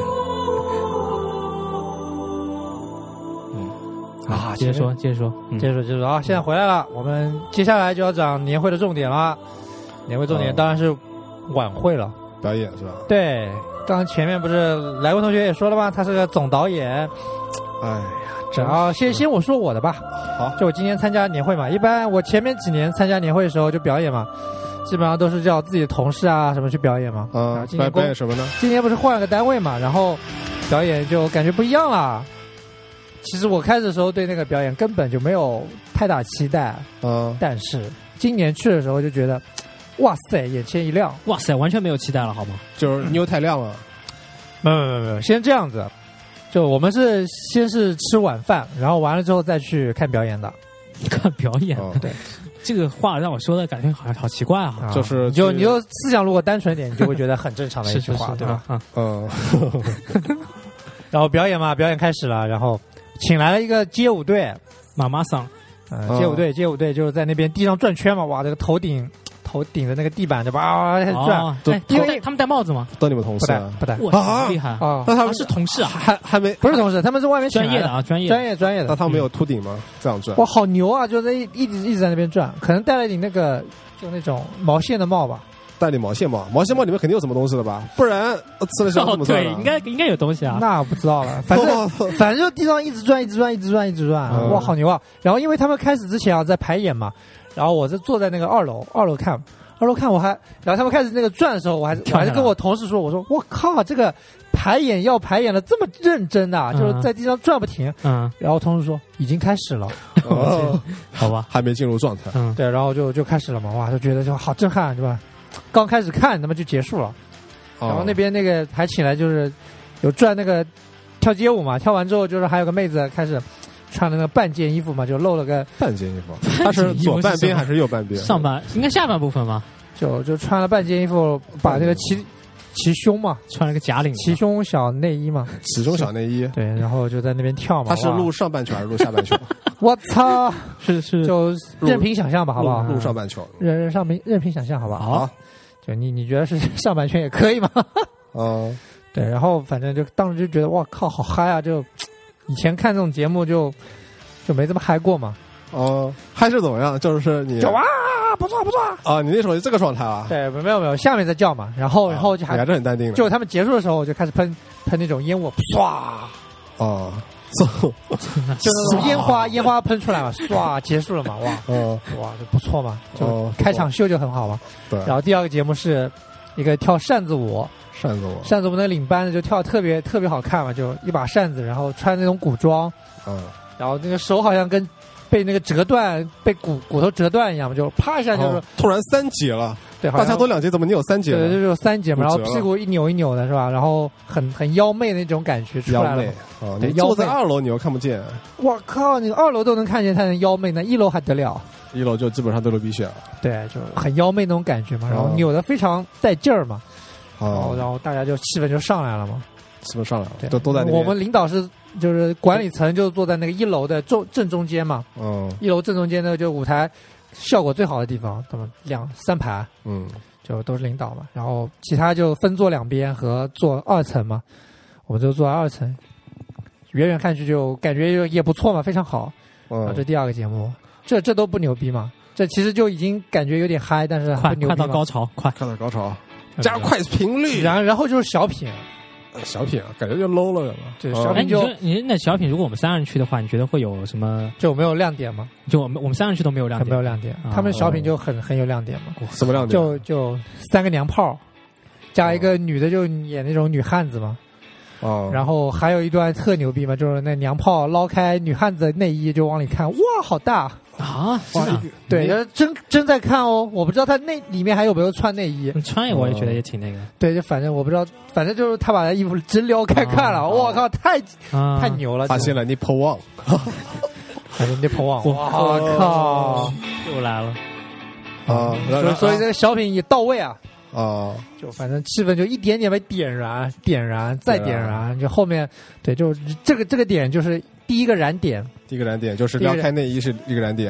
嗯啊，接着说，接着说，嗯、 接着说，接着说啊！现在回来了，我们接下来就要讲年会的重点了。年会重点当然是晚会了， 表演是吧？ 对，刚刚前面不是来文同学也说了吗？他是个总导演。 哎呀， 然后先先我说我的吧。 好， 就我今年参加年会嘛，一般我前面几年参加年会的时候就表演嘛，基本上都是叫自己的同事啊什么去表演嘛。 嗯，今年表演什么呢？ 今年不是换了个单位嘛，然后表演就感觉不一样了。其实我开始的时候对那个表演根本就没有太大期待， 嗯， 但是今年去的时候就觉得，哇塞，眼前一亮， 哇塞，完全没有期待了，好吗？ 就是妞太亮了。 没有没有没有，先这样子。就我们是先是吃晚饭，然后完了之后再去看表演的。 看表演， 哦、 对， 这个话让我说的感觉好像好奇怪啊！ 啊就是你就你就思想如果单纯一点，你就会觉得很正常的一句话，对吧？ 嗯。 然后表演嘛，表演开始了，然后请来了一个街舞队， 妈妈桑， 嗯，街舞队，街舞队就是在那边地上转圈嘛，哇，这个头顶。头顶着那个地板就哇开始转， 哦、哎，因为他们戴帽子吗？ 都你们同事、啊？ 不戴， 不戴。哇，厉害啊！ 那他们是同事啊？ 还还没不是同事，他们是外面专业的啊，专业专业专业的。 那他们没有秃顶吗？这样转？ 哇，好牛啊！就在一一直一直在那边转，可能戴了顶那个就那种毛线的帽吧。 戴顶毛线帽，毛线帽里面肯定有什么东西了吧？不然吃了香怎么转、 哦？对，应该应该有东西啊。 那我不知道了，反正反正就地上一直转，一直转，一直转，一直转。 嗯、 哇，好牛啊！然后因为他们开始之前啊在排演嘛，然后我是坐在那个二楼，二楼看。二楼看我还，然后他们开始那个转的时候，我还我还是跟我同事说，我说我靠，这个排演要排演的这么认真的、啊，嗯、就是在地上转不停。 嗯， 然后同事说已经开始了， 哦、 好吧， 还没进入状态。 嗯，对，然后就就开始了嘛，哇，就觉得就好震撼，对吧？刚开始看，那么就结束了。 哦、 然后那边那个还请来就是有转那个跳街舞嘛，跳完之后就是还有个妹子开始。穿了那个半件衣服嘛，就露了个半件衣服，他是左半边还是右半边？ 上半应该下半部分吧， 就就穿了半件衣服，把那个齐齐胸嘛， 穿了个假领， 齐胸小内衣嘛， 齐胸小内衣， 对，然后就在那边跳嘛。 他是露上半球还是露下半球？ 我操， 是是， 就任凭想象吧，好不好？ 露上半球， 任任上面任凭想象，好不好？ 好， 就你你觉得是上半圈也可以吗？ 嗯， 对，然后反正就当时就觉得哇靠，好嗨啊！就以前看这种节目就。就没这么嗨过嘛？ 哦，嗨是怎么样？就是你就哇，不错不错啊！你那时候是这个状态啊？ 对，没有没有，下面在叫嘛，然后、啊、然后就还还是很淡定的。 就他们结束的时候，我就开始喷喷那种烟雾，唰， 哦， 就那种烟花烟花喷出来嘛，唰，结束了嘛，哇， 嗯， 哇，就不错嘛，就哦开场秀就很好嘛。 对。 然后第二个节目是一个跳扇子舞， 扇子舞， 扇子舞那个领班的就跳特别特别好看嘛，就一把扇子，然后穿那种古装， 嗯。 然后那个手好像跟被那个折断，被骨骨头折断一样，就啪一下就是、 哦、突然三节了。 对， 大家都两节，怎么你有三节？ 对，就是有三节嘛。然后屁股一扭一扭的是吧？然后很很妖媚那种感觉出来了。 哦，你坐在二楼你又看不见。 我靠，你二楼都能看见他的妖媚，那一楼还得了？ 一楼就基本上都流鼻血了。 对，就很妖媚那种感觉嘛。然后扭的非常带劲儿嘛。 哦。 然后然后大家就气氛就上来了嘛。 气氛上来了， 对， 都都在那边。 我们领导是就是管理层就坐在那个一楼的正正中间嘛。 嗯。一楼正中间那个就舞台效果最好的地方，他们两三排。 嗯。 就都是领导嘛，然后其他就分坐两边和坐二层嘛，我们就坐二层，远远看去就感觉也不错嘛，非常好。 嗯， 啊，这第二个节目，这这都不牛逼嘛，这其实就已经感觉有点嗨，但是快不牛逼快到高潮，快快到高潮，加快频率。 然然后就是小品。 小品啊，感觉就 low 了， 对，小品就、 哎、你, 你那小品，如果我们三个人去的话，你觉得会有什么？ 就没有亮点吗？ 就我们我们三个人去都没有亮点， 没有亮点。啊、他们小品就很、哦、很有亮点嘛。 什么亮点？ 就就三个娘炮，加一个女的就演那种女汉子嘛。 哦。 然后还有一段特牛逼嘛，就是那娘炮捞开女汉子的内衣就往里看，哇，好大啊！真的？ 对，真真在看哦。我不知道他那里面还有没有穿内衣。 穿也我也觉得也挺那个。 对，就反正我不知道，反正就是他把他衣服真撩开看了，我、啊、靠，太、啊、太牛了！ 发现了 nipple one， 发现 nipple one， 我靠， 又来了啊！ 所以所以这个小品也到位啊。 啊， 就反正气氛就一点点被点燃，点燃再点燃，就后面对，就这个这个点就是第一个燃点， 第一个燃点就是撩开内衣是一个燃点，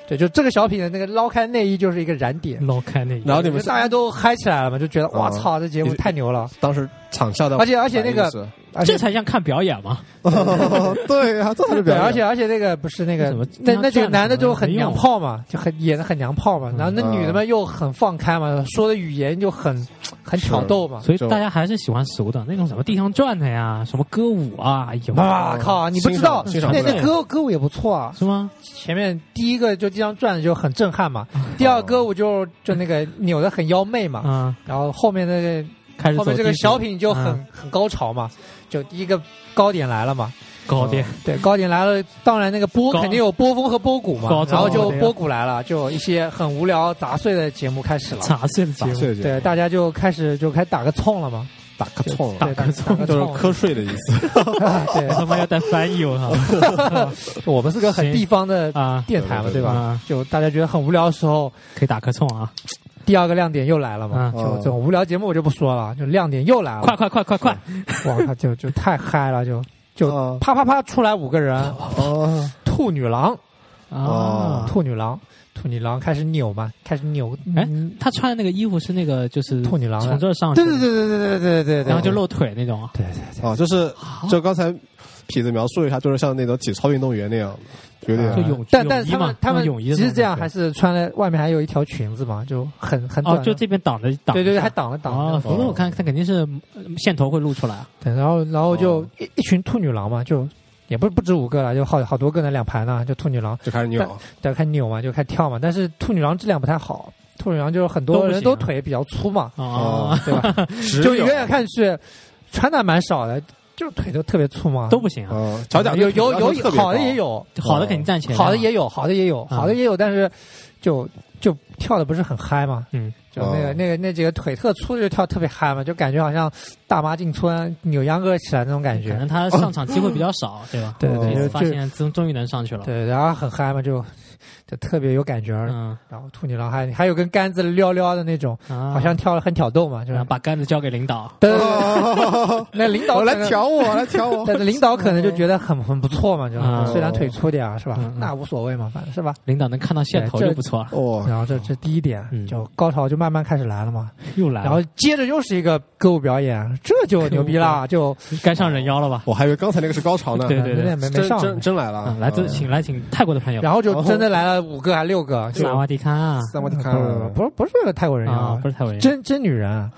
对，就这个小品的那个捞开内衣就是一个燃点， 捞开内衣， 然后你们大家都嗨起来了嘛，就觉得哇操，这节目太牛了。 当时场下的， 而且而且那个，而且这才像看表演嘛。 对呀，这才是表演。 而且而且那个不是那个那那几个男的就很娘炮嘛，就很演的很娘炮嘛，然后那女的们又很放开嘛，说的语言就很很挑逗嘛， 所以大家还是喜欢俗的那种什么地上转的呀，什么歌舞啊，有哇靠，你不知道那那歌歌舞也不错啊， 是吗？ 前面第一个就地上转的就很震撼嘛，第二歌舞就就那个扭的很妖媚嘛， 嗯， 然后后面那个开始后面这个小品就很、嗯、很高潮嘛，就第一个高点来了嘛， 高点、 嗯、对高点来了，当然那个波肯定有波峰和波谷嘛，然后就波谷来了，就一些很无聊杂碎的节目开始了， 杂碎的节目， 对，大家就开始就开始打个冲了嘛。 打个冲， 打个冲就是瞌睡的意思。 对， 他妈要带翻译，我靠！ 我们是个很地方的电台嘛，对吧？ 啊、 就大家觉得很无聊的时候， 可以打个冲啊。 第二个亮点又来了嘛， 啊、 就这种无聊节目我就不说了，就亮点又来了， 快快快快快！ 哇靠，就就太嗨了，就就啪啪啪出来五个人， 哦， 兔女郎啊， 兔女郎。兔女郎开始扭嘛，开始扭。 哎，她穿的那个衣服是那个就是兔女郎从这上去， 对对对对对对对对， 然后就露腿那种。 对对对， 啊，就是就刚才痞子描述一下，就是像那种体操运动员那样，有点就泳， 但但是他们他们泳衣其实这样还是穿了外面还有一条裙子嘛，就很很短。 哦，就这边挡着挡。 对对对，还挡了挡了。 哦，否则我看他肯定是线头会露出来。 对，然后然后就一一群兔女郎嘛，就。也不不止五个了，就好好多个呢，两排呢，就兔女郎就开始扭， 对，开始扭嘛，就开始跳嘛。但是兔女郎质量不太好，兔女郎就是很多人都腿比较粗嘛， 哦， 对吧？就远远看去，穿的蛮少的，就是腿都特别粗嘛， 都不行啊。脚脚有有有好的也有， 好的肯定站起来， 好的也有，好的也有，好的也有，但是就就跳的不是很嗨嘛， 嗯。 就那个、哦、那个那几个腿特粗的就跳特别嗨嘛，就感觉好像大妈进村扭秧歌起来那种感觉。 可能他上场机会比较少，对吧？ 对对对， 发现终终于能上去了。 对，然后很嗨嘛，就就特别有感觉。 嗯， 然后兔女郎还还有跟杆子撩撩的那种， 啊、 好像跳了很挑逗嘛，就是把杆子交给领导。 对对对，那领导来挑我，来挑我。 但是领导可能就觉得很很不错嘛，就、 嗯、 虽然腿粗点是吧、 嗯？ 那无所谓嘛，反正是吧？ 领导能看到线头就不错了。 哦， 然后这这第一点， 嗯、 就高潮就慢慢开始来了嘛。 又来了， 然后接着又是一个歌舞表演，这就牛逼了，就该上人妖了吧？ 我还以为刚才那个是高潮呢。 对对对， 没没上， 真真来了， 嗯、来自请来请泰国的朋友。 然后就真的来了五个还六个， 萨瓦迪卡， 萨瓦迪卡， 不是不是泰国人妖， 不是泰国人， 真真女人，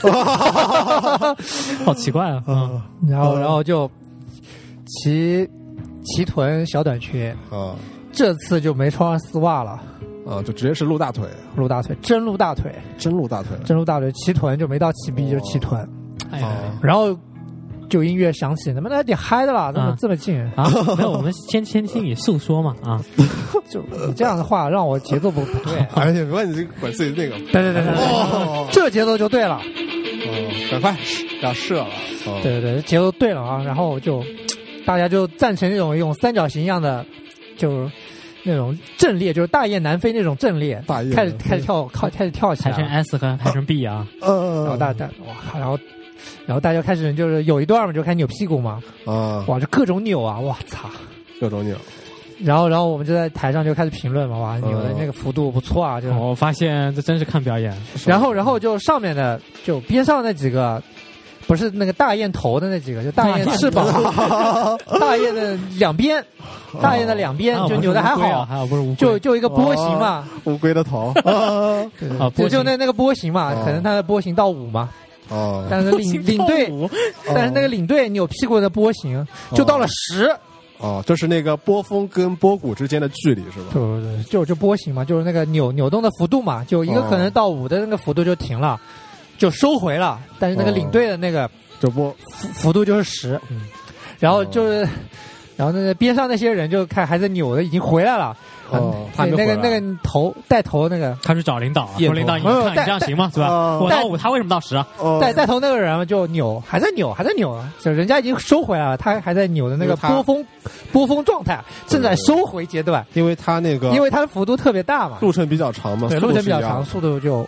好奇怪啊！ 嗯，然后然后就齐齐臀小短裙啊， 这次就没穿丝袜了。 啊，就直接是露大腿， 露大腿，真露大腿， 真露大腿， 真露大腿，齐臀就没到齐臂，就是齐臀。 哎呀， 然后就音乐响起，怎么那挺嗨的啦？这么这么近啊？没有，我们先先听你诉说嘛啊！ 就你这样的话，让我节奏不不对。 而且不管你这管自己那个， 对对对对对，这节奏就对了。 哦，赶快要射了。 对对对，节奏对了啊！然后就大家就赞成那种用三角形一样的，就。那种阵列就是大雁南飞那种阵列，开始开始跳，靠开始跳起来， 排成 S 和排成 B 啊， 嗯， 然后大大哇，然后然后大家开始就是有一段嘛，就开始扭屁股嘛， 啊， 哇，就各种扭啊，哇操， 各种扭， 然后然后我们就在台上就开始评论嘛，哇，扭的那个幅度不错啊，就我发现这真是看表演， 然后然后就上面的就边上那几个。不是那个大雁头的那几个，就大雁翅膀，大雁的两边，大雁的两边就扭的还好， 还好不是乌龟， 就就一个波形嘛， 乌龟的头， 啊，就就那那个波形嘛，可能它的波形到五嘛， 哦， 但是领领队，但是那个领队扭屁股的波形就到了十， 哦，就是那个波峰跟波谷之间的距离是吧？ 就就就波形嘛，就是那个扭扭动的幅度嘛，就一个可能到五的那个幅度就停了。就收回了，但是那个领队的那个就波幅幅度就是十，嗯，然后就是，然后那个边上那些人就看还在扭的，已经回来了， 哦， 那那个那个头带头那个， 他去找领导，说领导你看你这样行吗？是吧？我到五，他为什么到十啊？ 带带头那个人就扭，还在扭，还在扭，就人家已经收回来了，他还在扭的那个波峰波峰状态，正在收回阶段， 因为他那个因为他的幅度特别大嘛， 路程比较长嘛， 对，路程比较长，速度就。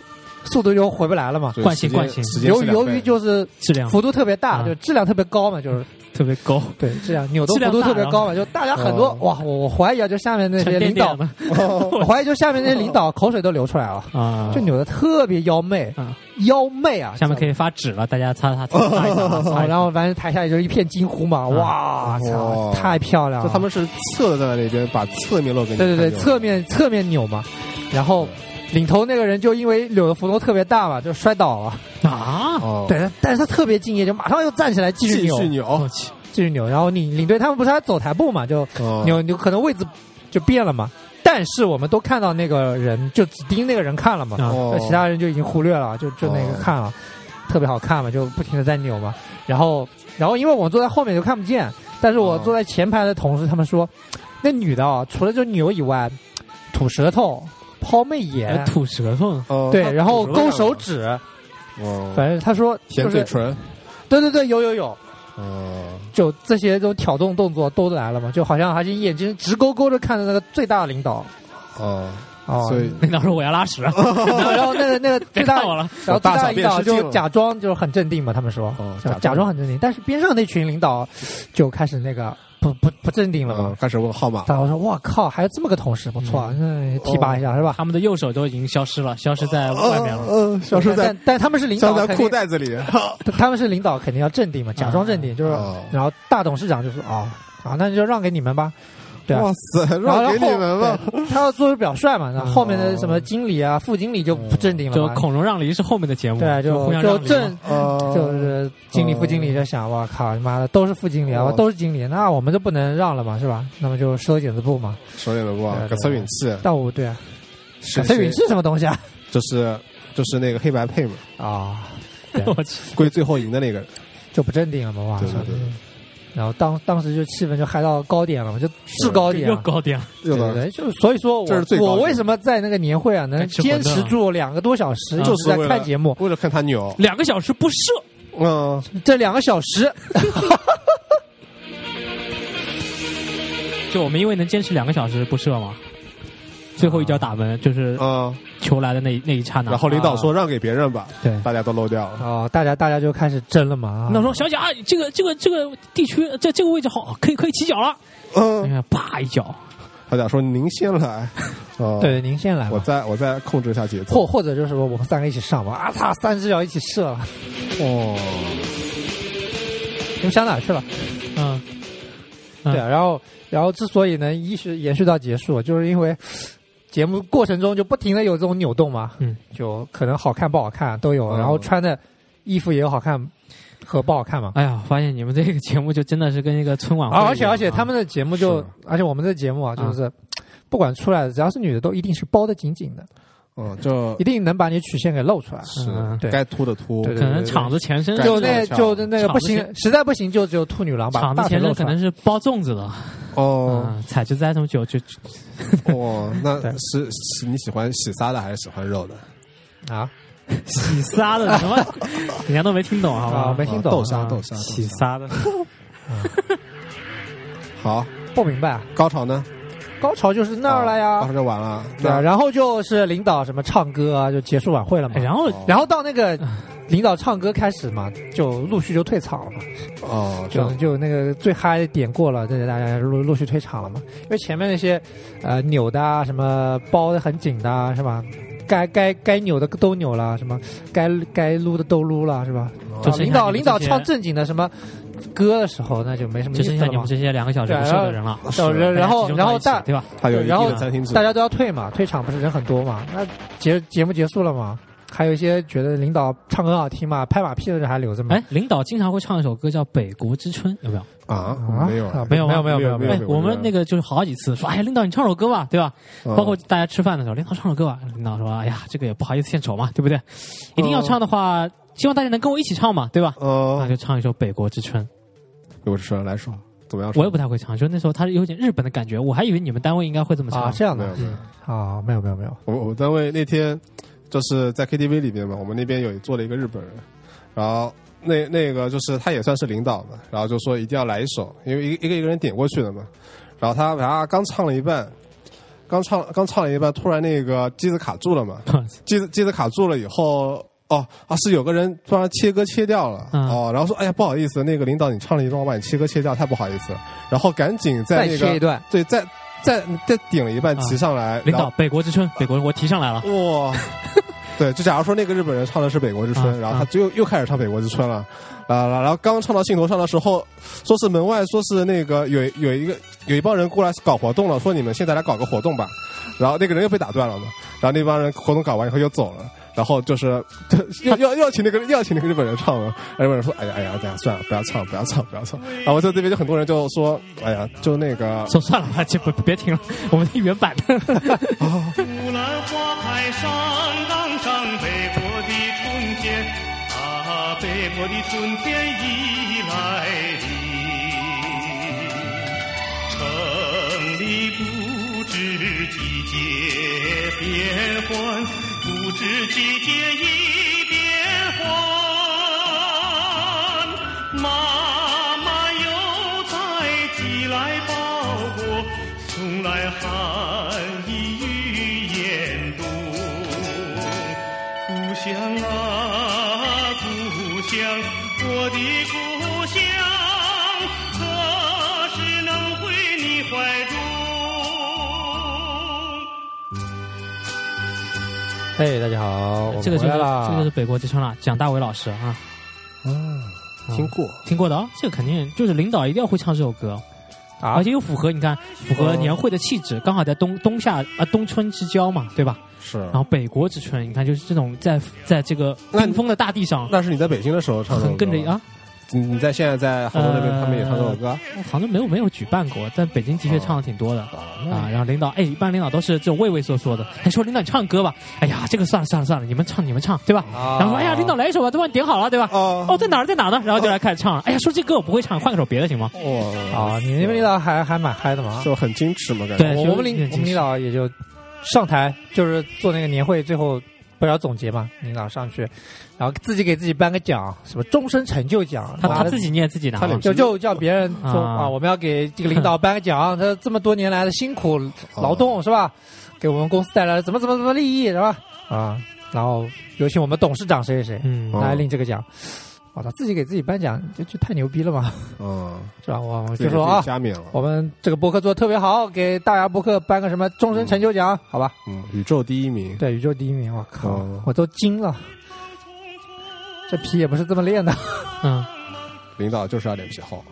速度就回不来了嘛。 惯性惯性， 由由于就是质量幅度特别大， 啊、 就质量特别高嘛，就是特别高， 对，质量扭动幅度特别高嘛，就大家很多、哦、哇，我我怀疑啊，就下面那些领导， 电电我怀疑就下面那些领导口水都流出来了啊，就扭的特别妖媚啊，妖媚啊， 下面可以发纸了，大家擦擦擦擦一擦，擦然后反正台下也就是一片惊呼嘛，哇操，太漂亮了！ 就他们是侧的在那边把侧面露给你， 对对对，侧面侧面扭嘛，然后。领头那个人就因为扭的幅度特别大嘛，就摔倒了啊！ 对，但是他特别敬业，就马上又站起来继续扭， 继续扭， 继续扭。然后领领队他们不是还走台步嘛，就扭扭，可能位置就变了嘛。但是我们都看到那个人，就只盯那个人看了嘛， 哦、 其他人就已经忽略了，就就那个看了，哦、特别好看嘛，就不停的在扭嘛。然后然后因为我坐在后面就看不见，但是我坐在前排的同事他们说，那女的啊，除了就扭以外，吐舌头。抛媚眼， 吐舌头， 哦、 对，然后勾手指， 哦， 反正他说舔嘴唇， 对对对，有有有， 哦， 就这些这种挑动动作都来了嘛，就好像还是眼睛直勾勾的看着那个最大的领导， 哦哦， 所以领导说我要拉屎， 然后那个那个最大我了， 然后最大的领导就假装就是很镇定嘛，他们说， 哦、 假装很镇定，但是边上那群领导就开始那个。不不不镇定了嘛、 嗯，开始问号码。 我说哇靠，还有这么个同事，不错，嗯，提拔一下、哦、是吧？ 他们的右手都已经消失了，消失在外面了， 嗯、呃，消失在， 但但他们是领导， 消失在裤袋子里。 他们是领导，肯定要镇定嘛，假装镇定，嗯、就是， 哦、 然后大董事长就说啊啊、哦，那就让给你们吧。对啊， 哇塞，让给你们吧！ 他要做出表率嘛，那后面的什么经理啊、副经理就不镇定了嘛。 就孔融让梨是后面的节目， 对，就就正，就是经理、副经理就想，哇靠，你妈的都是副经理啊，都是经理，那我们就不能让了嘛，是吧？那么就收剪子布嘛， 收剪子布啊，改测允器。 但我对啊，改测允器什么东西啊？ 就是就是那个黑白配嘛啊， 我去， 归最后赢的那个人就不镇定了嘛，哇对对对。 然后当当时就气氛就嗨到高点了嘛，就制高点， 又高点， 对对对，就所以说我我为什么在那个年会啊能坚持住两个多小时，就是在看节目， 为了看他扭， 两个小时不射， 嗯， 这两个小时， 就我们因为能坚持两个小时不射嘛，最后一脚打门就是嗯。 球来的那那一刹那， 然后领导说让给别人吧， 对， 大家都漏掉了。 哦，大家大家就开始争了嘛。 那说小贾，这个这个这个地区这这个位置好，可以可以起脚了。 嗯， 啪一脚。 小贾说您先来。哦， 对，您先来。 我再我再控制一下节奏。 或或者就是说我们三个一起上吧，啊操，三只脚一起射了。 哦， 你们想哪去了？ 嗯， 对啊，然后然后之所以能一直延续到结束，就是因为。节目过程中就不停的有这种扭动嘛， 嗯， 就可能好看不好看都有， 嗯、 然后穿的衣服也有好看和不好看嘛。 哎呀，发现你们这个节目就真的是跟一个春晚会、 啊，而且而且他们的节目就，而且我们的节目啊，就是、啊、不管出来的只要是女的都一定是包得紧紧的。 嗯，就一定能把你曲线给露出来， 是， 嗯、对， 该凸的凸， 对对对对可能场子前身就那就那个不行，实在不行就只有兔女郎把场子前身可能是包粽子的哦， 嗯、采菊栽什么酒就， 哦，那是是你喜欢洗沙的还是喜欢肉的啊？ 洗沙的什么？人家都没听懂，好吧？ 没听懂， 豆沙豆沙洗沙的， 好， 不明白， 高潮呢？ 高潮就是那儿了呀， 高潮就完了， 对啊，然后就是领导什么唱歌啊，就结束晚会了嘛。 然后， 然后到那个领导唱歌开始嘛，就陆续就退场了嘛。 哦， 就就那个最嗨的点过了，这大家陆陆续退场了嘛。因为前面那些呃扭的啊，什么包的很紧的啊，是吧？该该该扭的都扭了，什么该该撸的都撸了，是吧？ 就领导领导唱正经的什么。歌的时候那就没什么意思了嘛， 就剩下你们这些两个小时不射的人了， 然后然后大对吧？ 还有然后餐厅大家都要退嘛，退场不是人很多嘛？那节节目结束了嘛？还有一些觉得领导唱歌很好听嘛，拍马屁的人还留着嘛？ 哎，领导经常会唱一首歌叫《北国之春》，有没有？ 啊，没有， 没有，没有，没有，没有，没有。 哎，我们那个就是好几次说，哎，领导你唱首歌吧，对吧？包括大家吃饭的时候，领导唱首歌吧，领导说，哎呀，这个也不好意思献丑嘛，对不对？一定要唱的话，希望大家能跟我一起唱嘛，对吧？ 哦， 那就唱一首《北国之春》。 有说来说怎么样？ 我也不太会唱，就那时候他有点日本的感觉，我还以为你们单位应该会这么唱。 啊，这样的啊， 没有没有没有。 我我单位那天就是在 K T V 里面嘛，我们那边有坐了一个日本人，然后那那个就是他也算是领导嘛，然后就说一定要来一首，因为一个一个一个人点过去的嘛，然后他他刚唱了一半， 刚唱刚唱了一半，突然那个机子卡住了嘛，机子机子卡住了以后。哦啊，是有个人突然切割切掉了、嗯、哦，然后说哎呀不好意思，那个领导你唱了一段，我把你切割切掉，太不好意思了。然后赶紧在那个再切一段， 对，再再再顶了一半提上来。 啊、领导，北国之春，北国我提上来了。 哇，对，就假如说那个日本人唱的是北国之春，啊、然后他就又、啊、又开始唱北国之春了。啊，然后刚唱到兴头上的时候，说是门外说是那个有有一个有一帮人过来搞活动了，说你们现在来搞个活动吧。然后那个人又被打断了嘛，然后那帮人活动搞完以后又走了。然后就是要要要请那个要请那个日本人唱了，日本人说哎呀哎呀这样算了，不要唱不要唱不要唱。然后就这边就很多人就说哎呀就那个说算了吧，就别听了，我们听原版的。 乌兰花海上浪上北国的春天啊，北国的春天已来临，城里不知季节变换。不知季节已变换，妈妈又在寄来包裹，送来寒意与严冬。故乡啊故乡，我的故乡，何时能回你怀中？ 嘿，大家好， 这个就是这个就是北国之春了，蒋大为老师啊， 嗯，听过、 嗯、听过的啊、哦，这个肯定就是领导一定要会唱这首歌啊，而且又符合你看符合年会的气质，刚好在冬冬夏啊冬春之交嘛，对吧？ 是。 然后北国之春，你看就是这种在在这个冰封的大地上， 那是你在北京的时候唱的， 跟着啊。 你你在现在在杭州那边，呃、他们也唱这首歌？ 杭州没有没有举办过，但北京的确唱的挺多的、哦、啊。然后领导，哎，一般领导都是这种畏畏缩缩的，还说领导你唱歌吧，哎呀，这个算了算了算了，你们唱你们唱，对吧？哦、然后说，哎呀，领导来一首吧，都帮你点好了，对吧？哦，哦，在哪儿在哪儿呢？然后就来开始唱了。哎呀，说这歌我不会唱，换个首别的行吗？ 哦， 啊，你那边领导还还蛮嗨的嘛， 就很矜持嘛，感觉。 对，我们领我们领导也就上台，就是做那个年会最后。不是要总结嘛？领导上去，然后自己给自己颁个奖，什么终身成就奖。 他他自己念自己拿， 就就叫别人说啊, 啊，我们要给这个领导颁个奖，他这么多年来的辛苦劳动、哦、是吧？给我们公司带来了怎么怎么怎么利益是吧？啊，然后有请我们董事长谁谁谁嗯来领这个奖。哇、哦，他自己给自己颁奖，就就太牛逼了嘛！嗯，是吧？我就说啊，我们这个播客做的特别好，给大牙播客颁个什么终身成就奖，嗯、好吧？ 嗯，宇宙第一名， 对，宇宙第一名，我靠，嗯、我都惊了，这皮也不是这么练的。 嗯， 领导就是要脸皮厚。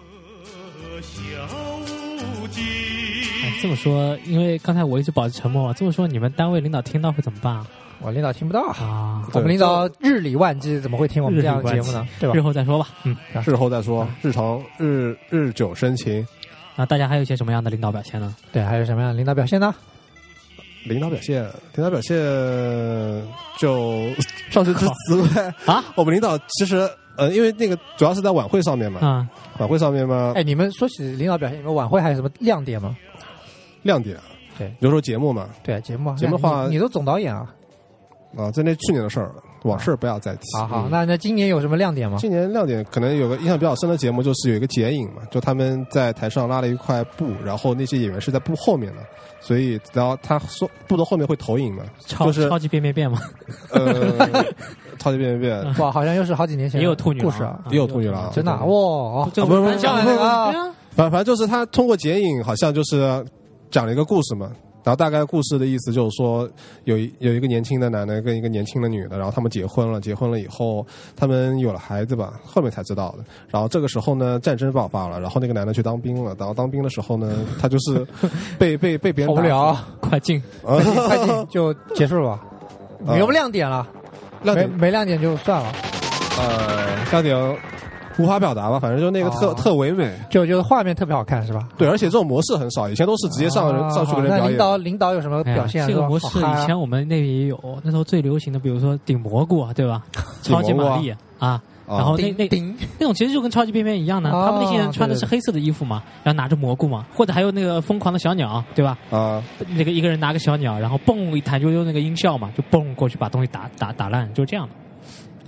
哎，这么说，因为刚才我一直保持沉默，这么说你们单位领导听到会怎么办啊？ 我领导听不到啊，我们领导日理万机，怎么会听我们这样的节目呢？对吧？ 日后再说吧，嗯， 日后再说，日长日日久生情。 那大家还有一些什么样的领导表现呢？ 对，还有什么样的领导表现呢？ 领导表现，领导表现就上至之词呗啊。 我们领导其实呃，因为那个主要是在晚会上面嘛， 啊， 晚会上面嘛。 哎，你们说起领导表现，你们晚会还有什么亮点吗？ 亮点， 对， 比如说节目嘛， 对，节目， 节目的话， 你, 你都总导演啊。 啊，这那去年的事儿了，往事不要再提。 好好，那那今年有什么亮点吗？ 今年亮点可能有个印象比较深的节目，就是有一个剪影嘛，就他们在台上拉了一块布，然后那些演员是在布后面的，所以然后他说布的后面会投影嘛， 超、 就是超级变变变嘛， 呃，超级变变变， 哇，好像又是好几年前也有兔女故事啊， 也有兔女郎， 真的哇， 这不是像那个啊， 反反正就是他通过剪影，好像就是讲了一个故事嘛。然后大概故事的意思就是说，有一有一个年轻的男的跟一个年轻的女的，然后他们结婚了，结婚了以后他们有了孩子吧，后面才知道的。然后这个时候呢，战争爆发了，然后那个男的去当兵了，然后当兵的时候呢，他就是被被被别人好无聊， 快进， 快进就结束了吧？没有亮点了， 亮点没没亮点就算了。 呃，亮点。无法表达吧，反正就那个特、哦、特唯美， 就就是画面特别好看，是吧？ 对，而且这种模式很少，以前都是直接上人、啊、上去跟人表演。 那领导领导有什么表现、 哎？这个模式以前我们那里也有，那时候最流行的，比如说顶蘑菇，对吧？超级玛丽啊，然后那那那种其实就跟超级变变一样的， 哦、 他们那些人穿的是黑色的衣服嘛，然后拿着蘑菇嘛，或者还有那个疯狂的小鸟，对吧？ 啊， 那个一个人拿个小鸟，然后蹦一弹就用那个音效嘛，就蹦过去把东西打打打烂，就是这样的。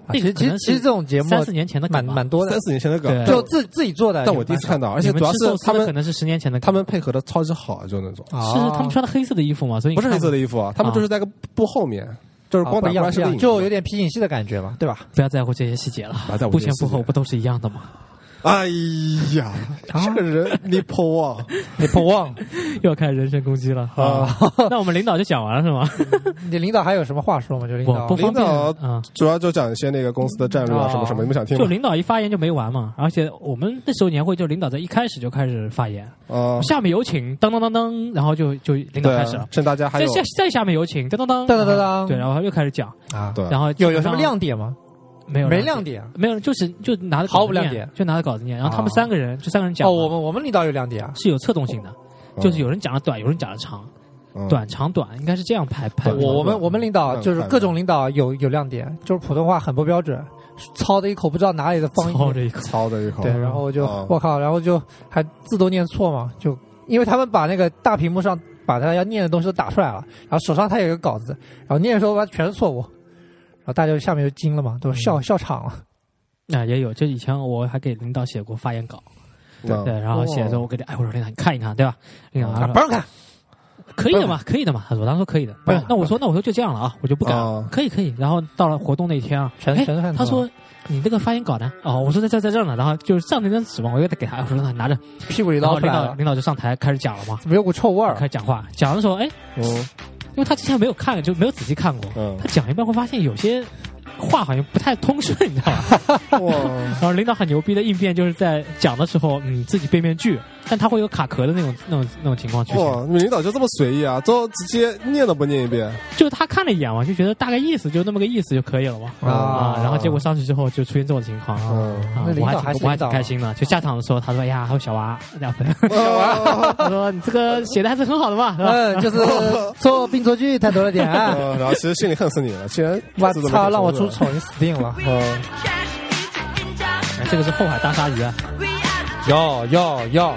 其实其实其实这种节目三四年前的蛮蛮多的， 三四年前的梗， 就自自己做的。 但我第一次看到，而且主要是他们可能是十年前的， 他们配合的超级好，就那种。 是他们穿的黑色的衣服嘛，所以不是黑色的衣服啊，他们就是在个布后面，就是光打过来是影， 就有点皮影戏的感觉嘛，对吧？ 不要在乎这些细节了，不前不后不都是一样的吗？ 哎呀，这个人你破忘， 你破忘， 又要开始人身攻击了啊！那我们领导就讲完了是吗？ 你领导还有什么话说吗？就领导， 领导主要就讲一些那个公司的战略啊什么什么，你们想听吗？ 就领导一发言就没完嘛，而且我们那时候年会就领导在一开始就开始发言啊，下面有请，当当当当，然后就就领导开始了， 趁大家还有再再下面有请，当当当当当当， 对，然后又开始讲啊， 对， 然后有有什么亮点吗？ 没有没亮点， 没有，就是就拿着毫无亮点， 就拿着稿子念，然后他们三个人就三个人讲。 哦，我们我们领导有亮点啊， 是有侧动性的，就是有人讲的短，有人讲的长，短长短应该是这样排排。 我我们我们领导就是各种领导有有亮点，就是普通话很不标准，操的一口不知道哪里的方言， 操的一口， 操的一口。 对，然后就我靠，然后就还字都念错嘛，就因为他们把那个大屏幕上把他要念的东西都打出来了，然后手上他有一个稿子，然后念的时候全是错误，然后大家下面就惊了嘛，都笑笑场了。 啊，也有，就以前我还给领导写过发言稿，对对，然后写的时候我给你，哎，我说领导你看一看，对吧？领导不让看， 可以的嘛，可以的嘛。他说，当时说可以的，不是，那我说那我说就这样了啊，我就不改了，可以可以。然后到了活动那天啊， 全全看。 他说你这个发言稿呢？哦，我说在这在这儿呢。然后就是上那张纸嘛，我又得给他，我说拿着， 屁股里捞出来了。 领导就上台开始讲了嘛， 怎么有股臭味儿？ 开始讲话，讲的时候，哎， 嗯， 因为他之前没有看，就没有仔细看过， 嗯， 他讲一半会发现有些话好像不太通顺，你知道吧？ 哇！ 然后领导很牛逼的应变，就是在讲的时候，嗯，自己背面句，但他会有卡壳的那种、那种、那种情况出现。 哇！你领导就这么随意啊？都直接念都不念一遍？ 就是他看了一眼嘛，就觉得大概意思就那么个意思就可以了嘛。啊！然后结果上去之后就出现这种情况啊！啊我还挺我还挺开心的。就下场的时候，他说：“哎呀，还有小娃两分。”他说：“你这个写的还是很好的嘛。” 嗯，就是错并错句太多了点。 然后其实心里恨死你了，既然我操，让我出丑，你死定了。 嗯， 这个是后海大鲨鱼啊！ 要要要！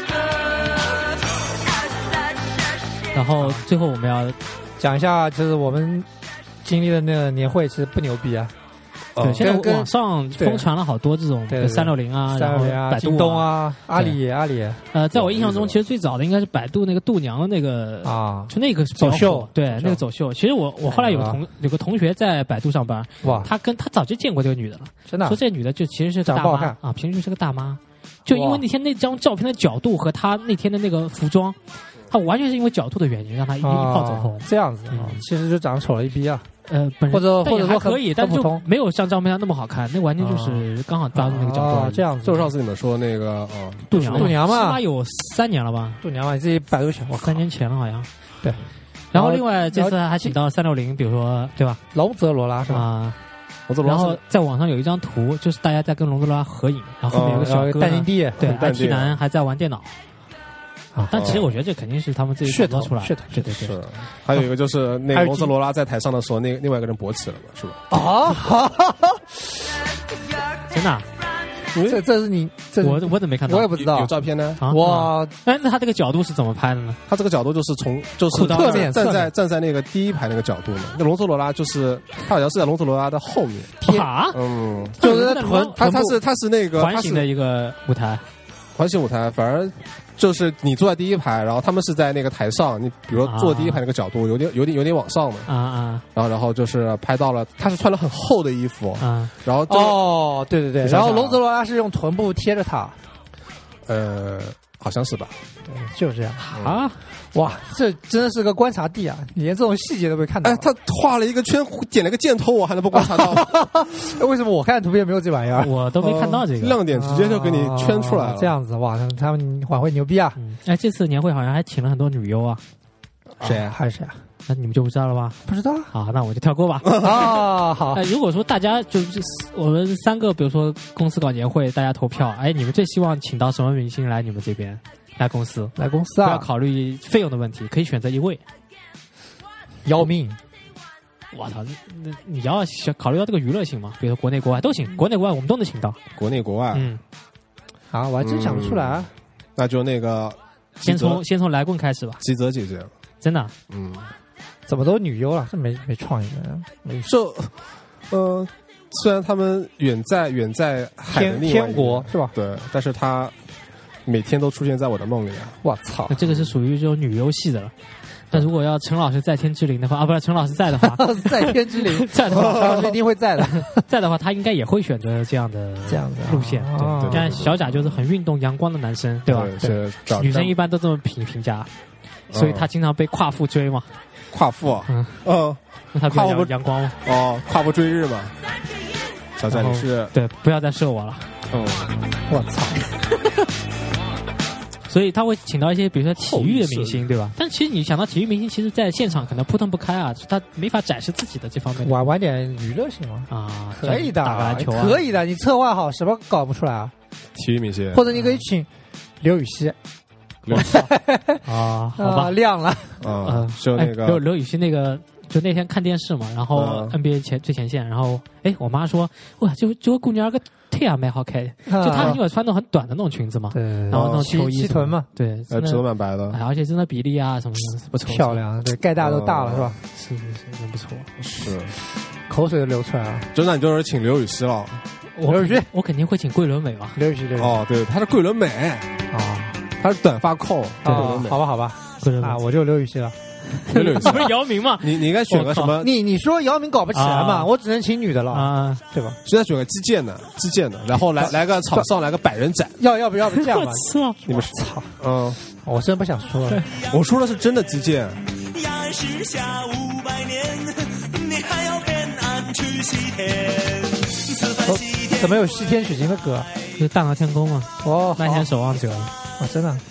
然后最后我们要讲一下，就是我们经历的那个年会其实不牛逼啊。 对，现在网上疯传了好多这种三六零啊， 三六零啊，京东啊，阿里阿里。 呃，在我印象中，其实最早的应该是百度那个度娘的那个啊， 就那个走秀， 对，那个走秀。其实我我后来有个同有个同学在百度上班， 哇， 他跟他早就见过这个女的了， 真的说这女的就其实是个大妈啊，平时是个大妈，就因为那天那张照片的角度和她那天的那个服装，她完全是因为角度的原因让她一一炮走红。 这样子啊，其实就长得丑了一逼啊。 呃， 或者或者说可以，但就没有像照片上那么好看，那完全就是刚好抓住那个角度。 这样子， 就上次你们说那个哦， 度娘度娘嘛， 起码有三年了吧？ 度娘嘛，你自己百度一下，我三年前了好像。 对。 然后另外这次还请到三六零，比如说对吧？ 龙泽罗拉是吧？ 啊，然后在网上有一张图，就是大家在跟龙泽罗拉合影，然后后面有个小哥， 淡定地， 对 ，I T 男还在玩电脑。啊，但其实我觉得这肯定是他们自己噱头出来， 噱头， 对对对。 是，还有一个就是那个龙泽罗拉在台上的时候，那另外一个人勃起了嘛，是吧？ 啊， 真的？ 这这是你， 我我怎么没看到？ 我也不知道， 有照片呢。 哇， 哎，那他这个角度是怎么拍的呢？ 他这个角度就是从就是侧面站在站在那个第一排那个角度嘛。那龙泽罗拉就是他好像是在龙泽罗拉的后面贴， 嗯， 就是臀， 他他是他是那个环形的一个舞台。 环形舞台，反而就是你坐在第一排，然后他们是在那个台上，你比如说坐第一排那个角度有点有点有点往上嘛， 啊啊， 然后然后就是拍到了，他是穿了很厚的衣服， 啊， 然后哦，对对对，然后龙泽罗拉是用臀部贴着他， 呃，好像是吧， 对，就是这样啊。 哇，这真的是个观察地啊！你连这种细节都没看到。 哎，他画了一个圈，点了个箭头，我还能不观察到？ 为什么我看的图片没有这玩意儿？ 我都没看到这个、 呃、亮点，直接就给你圈出来了。 啊、这样子哇，他们晚会牛逼啊！ 嗯、哎，这次年会好像还请了很多女优啊。 谁、啊？还是谁啊？ 那你们就不知道了吧？ 不知道。 好，那我就跳过吧。 啊，好。 哎，如果说大家就是我们三个，比如说公司搞年会，大家投票，哎，你们最希望请到什么明星来你们这边？来公司， 来公司啊！ 不要考虑费用的问题，可以选择一位。 要命！ 我操，那你要考虑到这个娱乐性嘛？比如说国内国外都行，国内国外我们都能请到。 国内国外， 嗯， 啊，我还真想不出来啊。 嗯、那就那个， 先从先从来棍开始吧。 吉泽姐姐， 真的， 嗯， 怎么都女优了？这没没创意的，没就，呃。 虽然他们远在远在海的天另外一天国边是吧？ 对，但是他每天都出现在我的梦里啊！ 我操， 这个是属于这种女游戏的了。但如果要陈老师在天之灵的话，啊，不是陈老师在的话， 在天之灵在的话， 陈老师一定会在的， 在的话，他应该也会选择这样的这样的路线。 啊对， 对你看小贾就是很运动阳光的男生，对吧？ 对，是找女生一般都这么评评价，所以他经常被夸父追嘛。 夸父啊， 嗯嗯， 那他比较夸父阳阳光嘛。 哦，夸父追日嘛。小贾你是对，不要再射我了。 嗯， 我操。 所以他会请到一些，比如说体育的明星，对吧？但其实你想到体育明星，其实在现场可能扑腾不开啊，他没法展示自己的这方面玩玩点娱乐性嘛啊， 可以的， 打个篮球啊， 可以的。你策划好，什么搞不出来啊？ 体育明星， 或者你可以请刘禹锡刘禹锡啊，好吧， 亮了啊，就那个刘刘禹锡那个。就那天看电视嘛，然后 N B A 前最前线，然后哎，我妈说哇，就这个姑娘个腿啊蛮好看的，就她因为穿那种很短的那种裙子嘛， 对， 然后那种秋衣西臀嘛， 对， 呃，皮都蛮白的， 而且真的比例啊什么的不错， 漂亮，对，盖大都大了是吧？ 是是是，真不错， 是， 口水都流出来了。 真的，你就是请刘禹锡了， 刘禹锡，我肯定会请桂纶镁嘛， 刘禹锡，刘禹锡， 哦，对，他是桂纶镁啊， 他是短发控， 对，好吧，好吧，啊，我就刘禹锡了。 刘禹锡不是姚明嘛？ 你你应该选个什么？ 你你说姚明搞不起来嘛？ 啊、 我只能请女的了啊， 对吧？ 现在选个击剑的，击剑的，然后来来个场上来个百人斩。 要要不要不这样吧？ 我操！ 你们操！ 嗯， 我真不想说了。 我说的是真的击剑。 时下五百年，你还要偏安去西天？ 哦，怎么有西天取经的歌？ 就是大闹天宫嘛。 哦， 万千守望者。 啊，真的。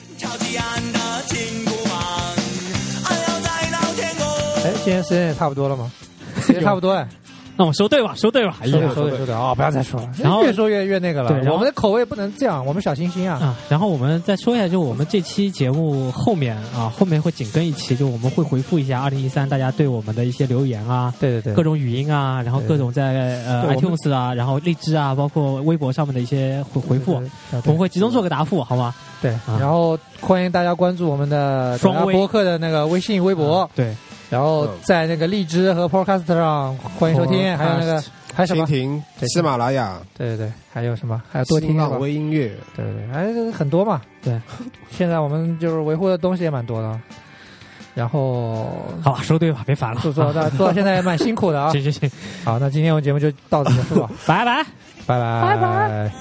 哎，今天时间也差不多了吗？时间差不多哎， 那我收队吧，收队吧， 收队收队收队啊！不要再说了，然后越说越越那个了。我们的口味不能这样，我们小清新啊。 啊，然后我们再说一下，就我们这期节目后面啊，后面会紧跟一期，就我们会回复一下二零一三大家对我们的一些留言啊， 对对对， 各种语音啊，然后各种在呃 iTunes 啊，然后荔枝啊，包括微博上面的一些回回复，我们会集中做个答复，好吗？ 对，然后欢迎大家关注我们的双微播客的那个微信、微博， 对。 然后在那个荔枝和 Podcast 上欢迎收听，还有那个还有什么？ 蜻蜓、喜马拉雅， 对对对，还有什么？还有多听浪微音乐， 对对对，还很多嘛。对，现在我们就是维护的东西也蛮多的。然后， 好吧，收队吧，别烦了。 做做到做到现在也蛮辛苦的啊。 行行行， 好，那今天我们节目就到此结束了， 拜拜拜拜拜拜。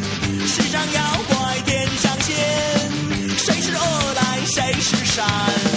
世上妖怪天上仙，谁是恶来谁是善？